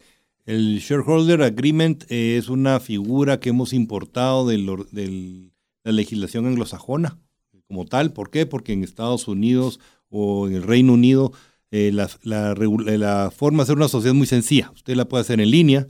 El Shareholder Agreement eh, es una figura que hemos importado de la legislación anglosajona como tal. ¿Por qué? Porque en Estados Unidos o en el Reino Unido eh, la, la, la forma de hacer una sociedad es muy sencilla. Usted la puede hacer en línea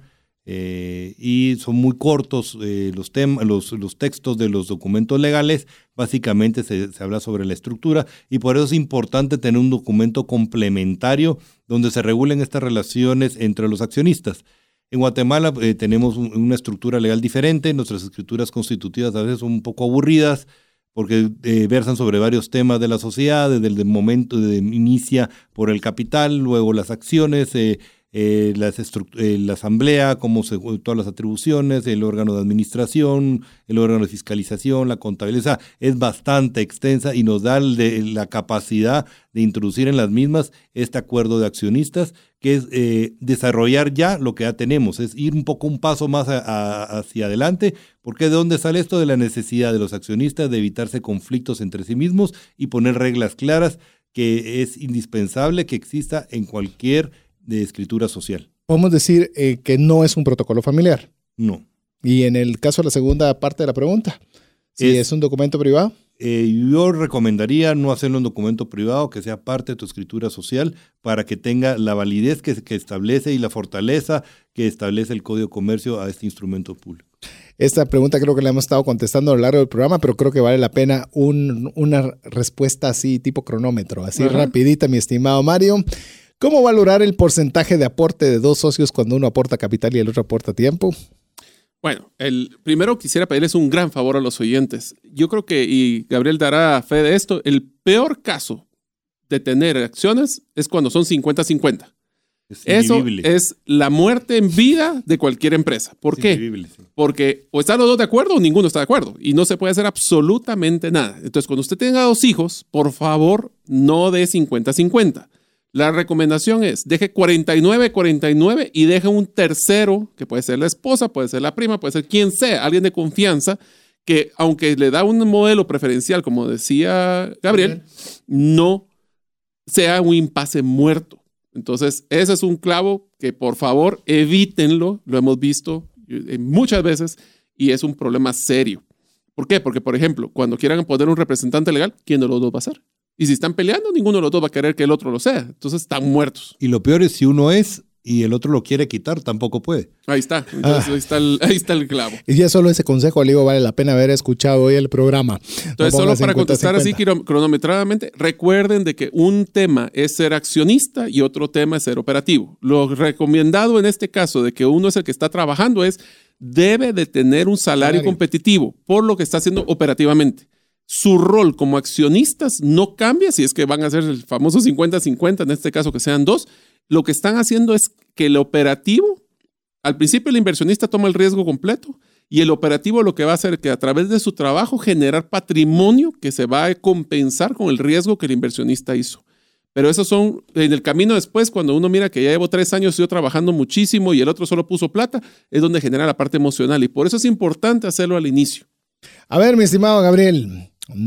eh, y son muy cortos eh, los, tem- los, los textos de los documentos legales. Básicamente se, se habla sobre la estructura y por eso es importante tener un documento complementario donde se regulen estas relaciones entre los accionistas. En Guatemala eh, tenemos un, una estructura legal diferente, nuestras escrituras constitutivas a veces son un poco aburridas porque eh, versan sobre varios temas de la sociedad, desde el momento de inicia por el capital, luego las acciones, eh, Eh, las eh, la asamblea, cómo se, todas las atribuciones, el órgano de administración, el órgano de fiscalización, la contabilidad, es bastante extensa y nos da de, la capacidad de introducir en las mismas este acuerdo de accionistas, que es eh, desarrollar ya lo que ya tenemos, es ir un poco un paso más a, a, hacia adelante, porque ¿de dónde sale esto? De la necesidad de los accionistas de evitarse conflictos entre sí mismos y poner reglas claras, que es indispensable que exista en cualquier de escritura social. Podemos decir eh, que no es un protocolo familiar. No. Y en el caso de la segunda parte de la pregunta, si es, es un documento privado. Eh, yo recomendaría no hacerlo en documento privado, que sea parte de tu escritura social para que tenga la validez que, que establece y la fortaleza que establece el Código de Comercio a este instrumento público. Esta pregunta creo que la hemos estado contestando a lo largo del programa, pero creo que vale la pena un, una respuesta así tipo cronómetro, así Ajá. rapidita, mi estimado Mario. ¿Cómo valorar el porcentaje de aporte de dos socios cuando uno aporta capital y el otro aporta tiempo? Bueno, el primero quisiera pedirles un gran favor a los oyentes. Yo creo que, y Gabriel dará fe de esto, el peor caso de tener acciones es cuando son cincuenta cincuenta. Es Eso es la muerte en vida de cualquier empresa. ¿Por es qué? Sí. Porque o están los dos de acuerdo o ninguno está de acuerdo y no se puede hacer absolutamente nada. Entonces, cuando usted tenga dos hijos, por favor, no dé cincuenta cincuenta. La recomendación es, deje cuarenta y nueve cuarenta y nueve y deje un tercero, que puede ser la esposa, puede ser la prima, puede ser quien sea, alguien de confianza, que aunque le da un modelo preferencial, como decía Gabriel, no sea un impasse muerto. Entonces, ese es un clavo que, por favor, evítenlo. Lo hemos visto muchas veces y es un problema serio. ¿Por qué? Porque, por ejemplo, cuando quieran poner un representante legal, ¿quién de los dos va a ser? Y si están peleando, ninguno de los dos va a querer que el otro lo sea. Entonces están muertos. Y lo peor es si uno es y el otro lo quiere quitar, tampoco puede. Ahí está. Entonces ah. ahí, está el, ahí está el clavo. Y ya solo ese consejo, Ligo, vale la pena haber escuchado hoy el programa. Entonces, no solo para contestar así cronometradamente, recuerden de que un tema es ser accionista y otro tema es ser operativo. Lo recomendado en este caso de que uno es el que está trabajando es debe de tener un salario, salario. competitivo por lo que está haciendo operativamente. Su rol como accionistas no cambia si es que van a hacer el famoso cincuenta cincuenta, en este caso que sean dos. Lo que están haciendo es que el operativo, al principio el inversionista toma el riesgo completo y el operativo lo que va a hacer es que a través de su trabajo generar patrimonio que se va a compensar con el riesgo que el inversionista hizo. Pero esos son, en el camino después, cuando uno mira que ya llevo tres años, estoy trabajando muchísimo y el otro solo puso plata, es donde genera la parte emocional y por eso es importante hacerlo al inicio. A ver, mi estimado Gabriel,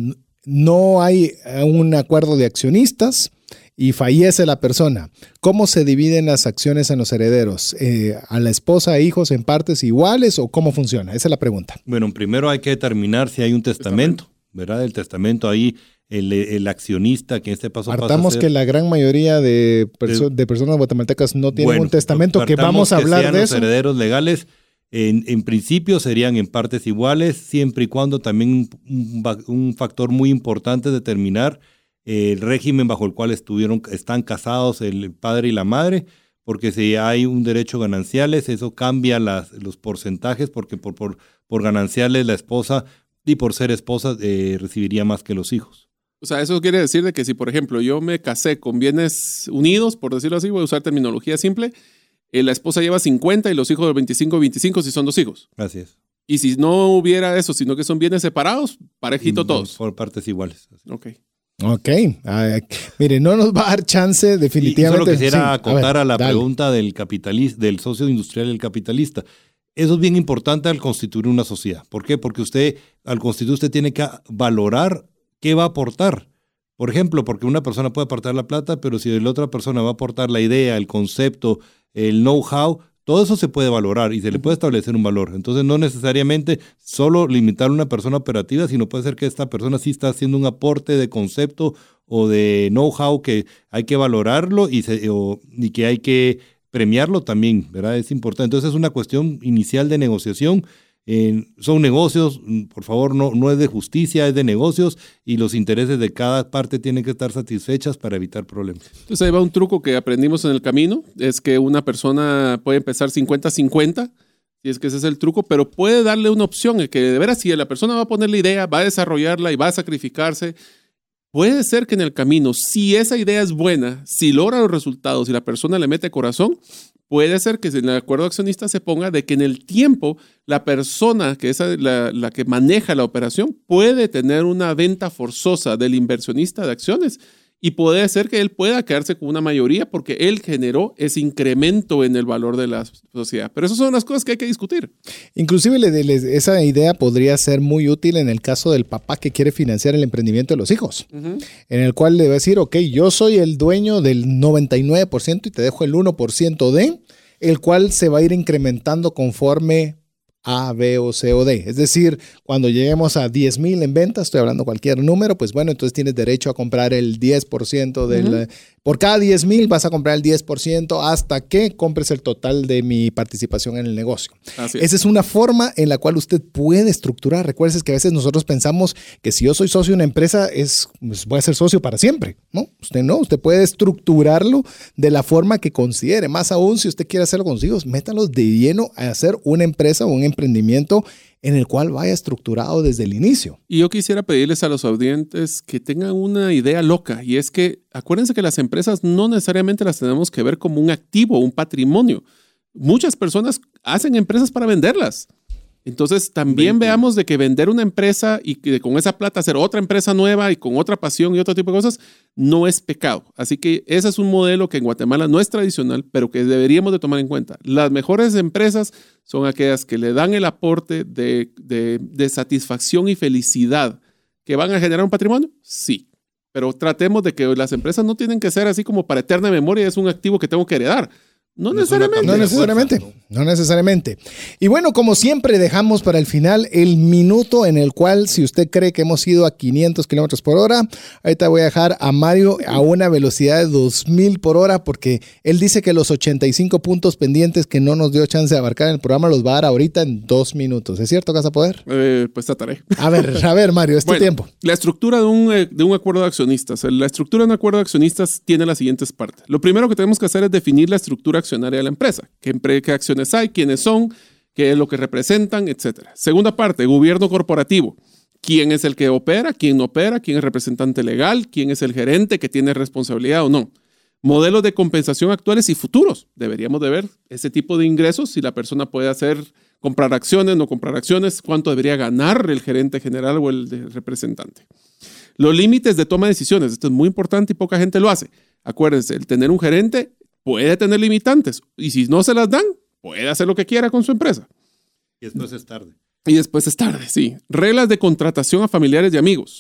no hay un acuerdo de accionistas y fallece la persona. ¿Cómo se dividen las acciones en los herederos? Eh, ¿A la esposa e hijos en partes iguales o cómo funciona? Esa es la pregunta. Bueno, primero hay que determinar si hay un testamento, ¿verdad? El testamento ahí, el, el accionista que en este paso Partamos pasa a ser, que la gran mayoría de, perso- de personas guatemaltecas no tienen bueno, un testamento, que vamos a que hablar sean de los eso. herederos legales. En, en principio serían en partes iguales, siempre y cuando también un, un factor muy importante es determinar eh, el régimen bajo el cual estuvieron, están casados el padre y la madre, porque si hay un derecho gananciales, eso cambia las, los porcentajes, porque por, por, por gananciales la esposa y por ser esposa eh, recibiría más que los hijos. O sea, eso quiere decir de que si, por ejemplo, yo me casé con bienes unidos, por decirlo así, voy a usar terminología simple, eh, la esposa lleva cincuenta y los hijos veinticinco, veinticinco si son dos hijos. Así es. Y si no hubiera eso, sino que son bienes separados, parejito Y, todos. Por partes iguales. Así. Ok. Ok. Ah, mire, no nos va a dar chance definitivamente. Y solo quisiera Sí, acotar a, ver, a la dale. pregunta del capitalista, del socio industrial y el capitalista. Eso es bien importante al constituir una sociedad. ¿Por qué? Porque usted, al constituir, usted tiene que valorar qué va a aportar. Por ejemplo, porque una persona puede aportar la plata, pero si la otra persona va a aportar la idea, el concepto, el know-how, todo eso se puede valorar y se le puede establecer un valor. Entonces, no necesariamente solo limitar a una persona operativa, sino puede ser que esta persona sí está haciendo un aporte de concepto o de know-how que hay que valorarlo y, se, o, y que hay que premiarlo también, ¿verdad? Es importante. Entonces, es una cuestión inicial de negociación. Eh, son negocios, por favor, no, no es de justicia, es de negocios y los intereses de cada parte tienen que estar satisfechas para evitar problemas. Entonces ahí va un truco que aprendimos en el camino, es que una persona puede empezar cincuenta cincuenta, si es que ese es el truco, pero puede darle una opción, que de veras si la persona va a poner la idea, va a desarrollarla y va a sacrificarse, puede ser que en el camino, si esa idea es buena, si logra los resultados y la persona le mete corazón, puede ser que en el acuerdo accionista se ponga de que en el tiempo la persona que es la, la que maneja la operación puede tener una venta forzosa del inversionista de acciones y puede ser que él pueda quedarse con una mayoría porque él generó ese incremento en el valor de la sociedad. Pero esas son las cosas que hay que discutir. Inclusive le, le, esa idea podría ser muy útil en el caso del papá que quiere financiar el emprendimiento de los hijos, uh-huh. en el cual le va a decir, ok, yo soy el dueño del noventa y nueve por ciento y te dejo el uno por ciento de, el cual se va a ir incrementando conforme A, B o C o D. Es decir, cuando lleguemos a diez mil en ventas, estoy hablando cualquier número, pues bueno, entonces tienes derecho a comprar el diez por ciento del... Uh-huh. Por cada diez mil vas a comprar el diez por ciento hasta que compres el total de mi participación en el negocio. Así es. Esa es una forma en la cual usted puede estructurar. Recuerdes que a veces nosotros pensamos que si yo soy socio de una empresa, es, pues voy a ser socio para siempre. No, usted no. Usted puede estructurarlo de la forma que considere. Más aún, si usted quiere hacerlo con sus hijos, métalos de lleno a hacer una empresa o un emprendimiento en el cual vaya estructurado desde el inicio. Y yo quisiera pedirles a los audientes que tengan una idea loca, y es que acuérdense que las empresas no necesariamente las tenemos que ver como un activo, un patrimonio. Muchas personas hacen empresas para venderlas. Entonces también Bien, veamos de que vender una empresa y que con esa plata hacer otra empresa nueva y con otra pasión y otro tipo de cosas no es pecado. Así que ese es un modelo que en Guatemala no es tradicional, pero que deberíamos de tomar en cuenta. Las mejores empresas son aquellas que le dan el aporte de, de, de satisfacción y felicidad. ¿Que van a generar un patrimonio? Sí. Pero tratemos de que las empresas no tienen que ser así como para eterna memoria, es un activo que tengo que heredar. No, no necesariamente. No necesariamente. Fuerza, ¿no? no necesariamente. Y bueno, como siempre, dejamos para el final el minuto en el cual, si usted cree que hemos ido a quinientos kilómetros por hora, ahorita voy a dejar a Mario a una velocidad de dos mil por hora, porque él dice que los ochenta y cinco puntos pendientes que no nos dio chance de abarcar en el programa los va a dar ahorita en dos minutos. ¿Es cierto que vas a poder? Eh, pues trataré. A ver, a ver, Mario, es tu bueno, tiempo. La estructura de un, de un acuerdo de accionistas. La estructura de un acuerdo de accionistas tiene las siguientes partes. Lo primero que tenemos que hacer es definir la estructura accionaria de la empresa. ¿Qué, qué acciones hay? ¿Quiénes son? ¿Qué es lo que representan? Etcétera. Segunda parte, gobierno corporativo. ¿Quién es el que opera? ¿Quién no opera? ¿Quién es representante legal? ¿Quién es el gerente que tiene responsabilidad o no? Modelos de compensación actuales y futuros. Deberíamos de ver ese tipo de ingresos, si la persona puede hacer, comprar acciones, no comprar acciones, cuánto debería ganar el gerente general o el representante. Los límites de toma de decisiones. Esto es muy importante y poca gente lo hace. Acuérdense, el tener un gerente puede tener limitantes y si no se las dan, puede hacer lo que quiera con su empresa. Y después es tarde. Y después es tarde, sí. Reglas de contratación a familiares y amigos.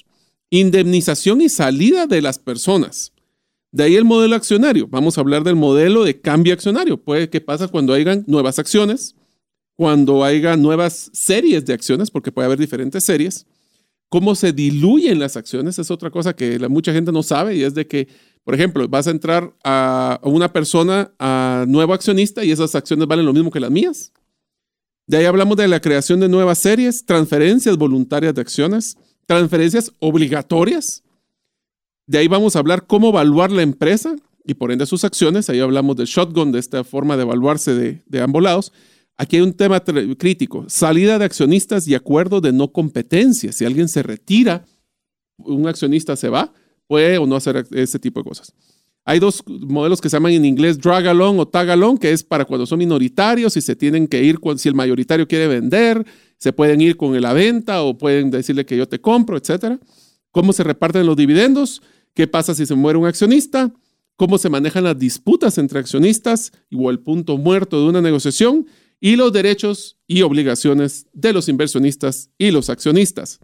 indemnización y salida de las personas. De ahí el modelo accionario. Vamos a hablar del modelo de cambio accionario. Pues, ¿qué pasa cuando hayan nuevas acciones? Cuando haya nuevas series de acciones, porque puede haber diferentes series. ¿Cómo se diluyen las acciones? Es otra cosa que la, mucha gente no sabe, y es de que, por ejemplo, vas a entrar a una persona, a nuevo accionista, y esas acciones valen lo mismo que las mías. De ahí hablamos de la creación de nuevas series, transferencias voluntarias de acciones, transferencias obligatorias. De ahí vamos a hablar cómo evaluar la empresa y por ende sus acciones. Ahí hablamos del shotgun, de esta forma de evaluarse de, de ambos lados. Aquí hay un tema crítico, salida de accionistas y acuerdo de no competencia. Si alguien se retira, un accionista se va, puede o no hacer ese tipo de cosas. Hay dos modelos que se llaman en inglés drag along o tag along, que es para cuando son minoritarios y se tienen que ir, si el mayoritario quiere vender, se pueden ir con la venta o pueden decirle que yo te compro, etcétera. ¿Cómo se reparten los dividendos? ¿Qué pasa si se muere un accionista? ¿Cómo se manejan las disputas entre accionistas o el punto muerto de una negociación? Y los derechos y obligaciones de los inversionistas y los accionistas.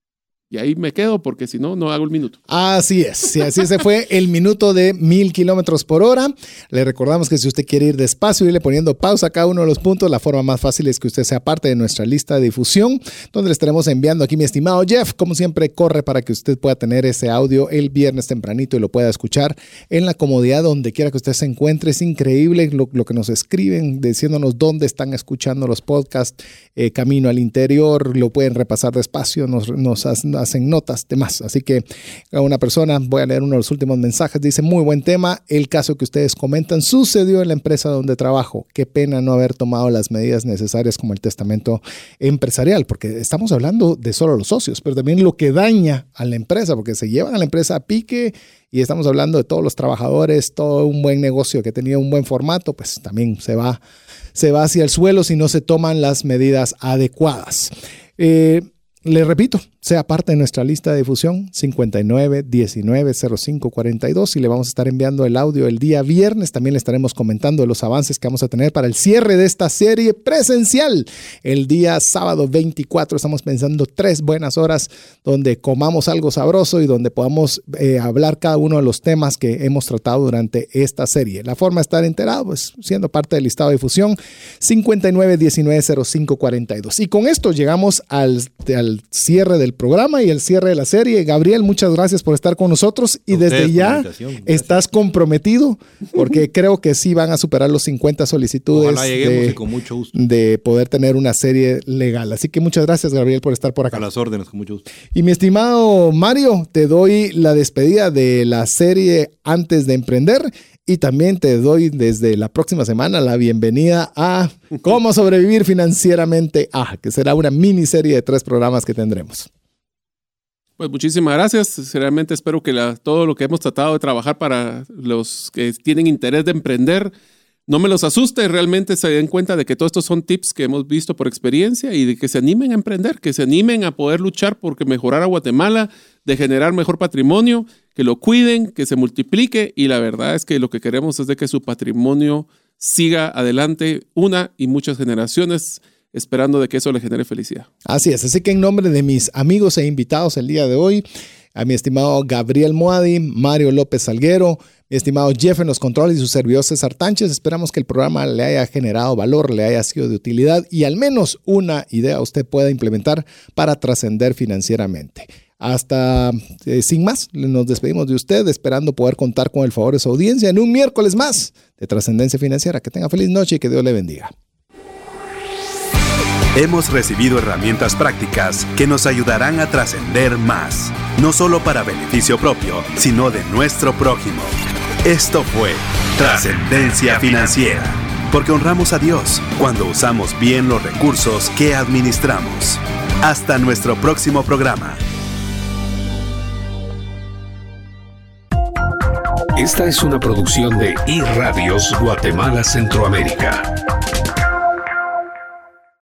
Y ahí me quedo porque si no, no hago el minuto. Así es. Sí, así se fue el minuto de mil kilómetros por hora. Le recordamos que si usted quiere ir despacio y irle poniendo pausa a cada uno de los puntos, la forma más fácil es que usted sea parte de nuestra lista de difusión, donde le estaremos enviando aquí mi estimado Jeff. Como siempre, corre para que usted pueda tener ese audio el viernes tempranito y lo pueda escuchar en la comodidad donde quiera que usted se encuentre. Es increíble lo, lo que nos escriben diciéndonos dónde están escuchando los podcasts, eh, camino al interior, lo pueden repasar despacio, nos, nos hacen hacen notas, demás. Así que a una persona, voy a leer uno de los últimos mensajes, dice, muy buen tema, el caso que ustedes comentan sucedió en la empresa donde trabajo. Qué pena no haber tomado las medidas necesarias como el testamento empresarial, porque estamos hablando de solo los socios, pero también lo que daña a la empresa, porque se llevan a la empresa a pique y estamos hablando de todos los trabajadores, todo un buen negocio que tenía un buen formato, pues también se va, se va hacia el suelo si no se toman las medidas adecuadas. Eh, Le repito, sea parte de nuestra lista de difusión cincuenta y nueve diecinueve cero cinco cuarenta y dos y le vamos a estar enviando el audio el día viernes. También le estaremos comentando los avances que vamos a tener para el cierre de esta serie presencial. El día sábado veinticuatro estamos pensando tres buenas horas donde comamos algo sabroso y donde podamos eh, hablar cada uno de los temas que hemos tratado durante esta serie. La forma de estar enterado, pues siendo parte del listado de difusión cincuenta y nueve diecinueve cero cinco cuarenta y dos. Y con esto llegamos al, al cierre del programa y el cierre de la serie. Gabriel, muchas gracias por estar con nosotros y desde ya estás comprometido porque creo que sí van a superar los cincuenta solicitudes de, con mucho gusto. de poder tener una serie legal. Así que muchas gracias, Gabriel, por estar por acá. A las órdenes, con mucho gusto. Y mi estimado Mario, te doy la despedida de la serie Antes de Emprender. Y también te doy desde la próxima semana la bienvenida a Cómo sobrevivir financieramente A, que será una miniserie de tres programas que tendremos. Pues muchísimas gracias. Realmente espero que la, todo lo que hemos tratado de trabajar para los que tienen interés de emprender no me los asuste, realmente se den cuenta de que todos estos son tips que hemos visto por experiencia y de que se animen a emprender, que se animen a poder luchar por mejorar a Guatemala, de generar mejor patrimonio, que lo cuiden, que se multiplique y la verdad es que lo que queremos es de que su patrimonio siga adelante una y muchas generaciones, esperando de que eso le genere felicidad. Así es, así que en nombre de mis amigos e invitados el día de hoy, a mi estimado Gabriel Moadi, Mario López Salguero, mi estimado Jeff en los controles y su servidor César Tánchez, esperamos que el programa le haya generado valor, le haya sido de utilidad y al menos una idea usted pueda implementar para trascender financieramente. Hasta, eh, sin más, nos despedimos de usted esperando poder contar con el favor de su audiencia en un miércoles más de Trascendencia Financiera. Que tenga feliz noche y que Dios le bendiga. Hemos recibido herramientas prácticas que nos ayudarán a trascender más, no solo para beneficio propio, sino de nuestro prójimo. Esto fue Trascendencia Financiera, porque honramos a Dios cuando usamos bien los recursos que administramos. Hasta nuestro próximo programa. Esta es una producción de iRadios Guatemala Centroamérica.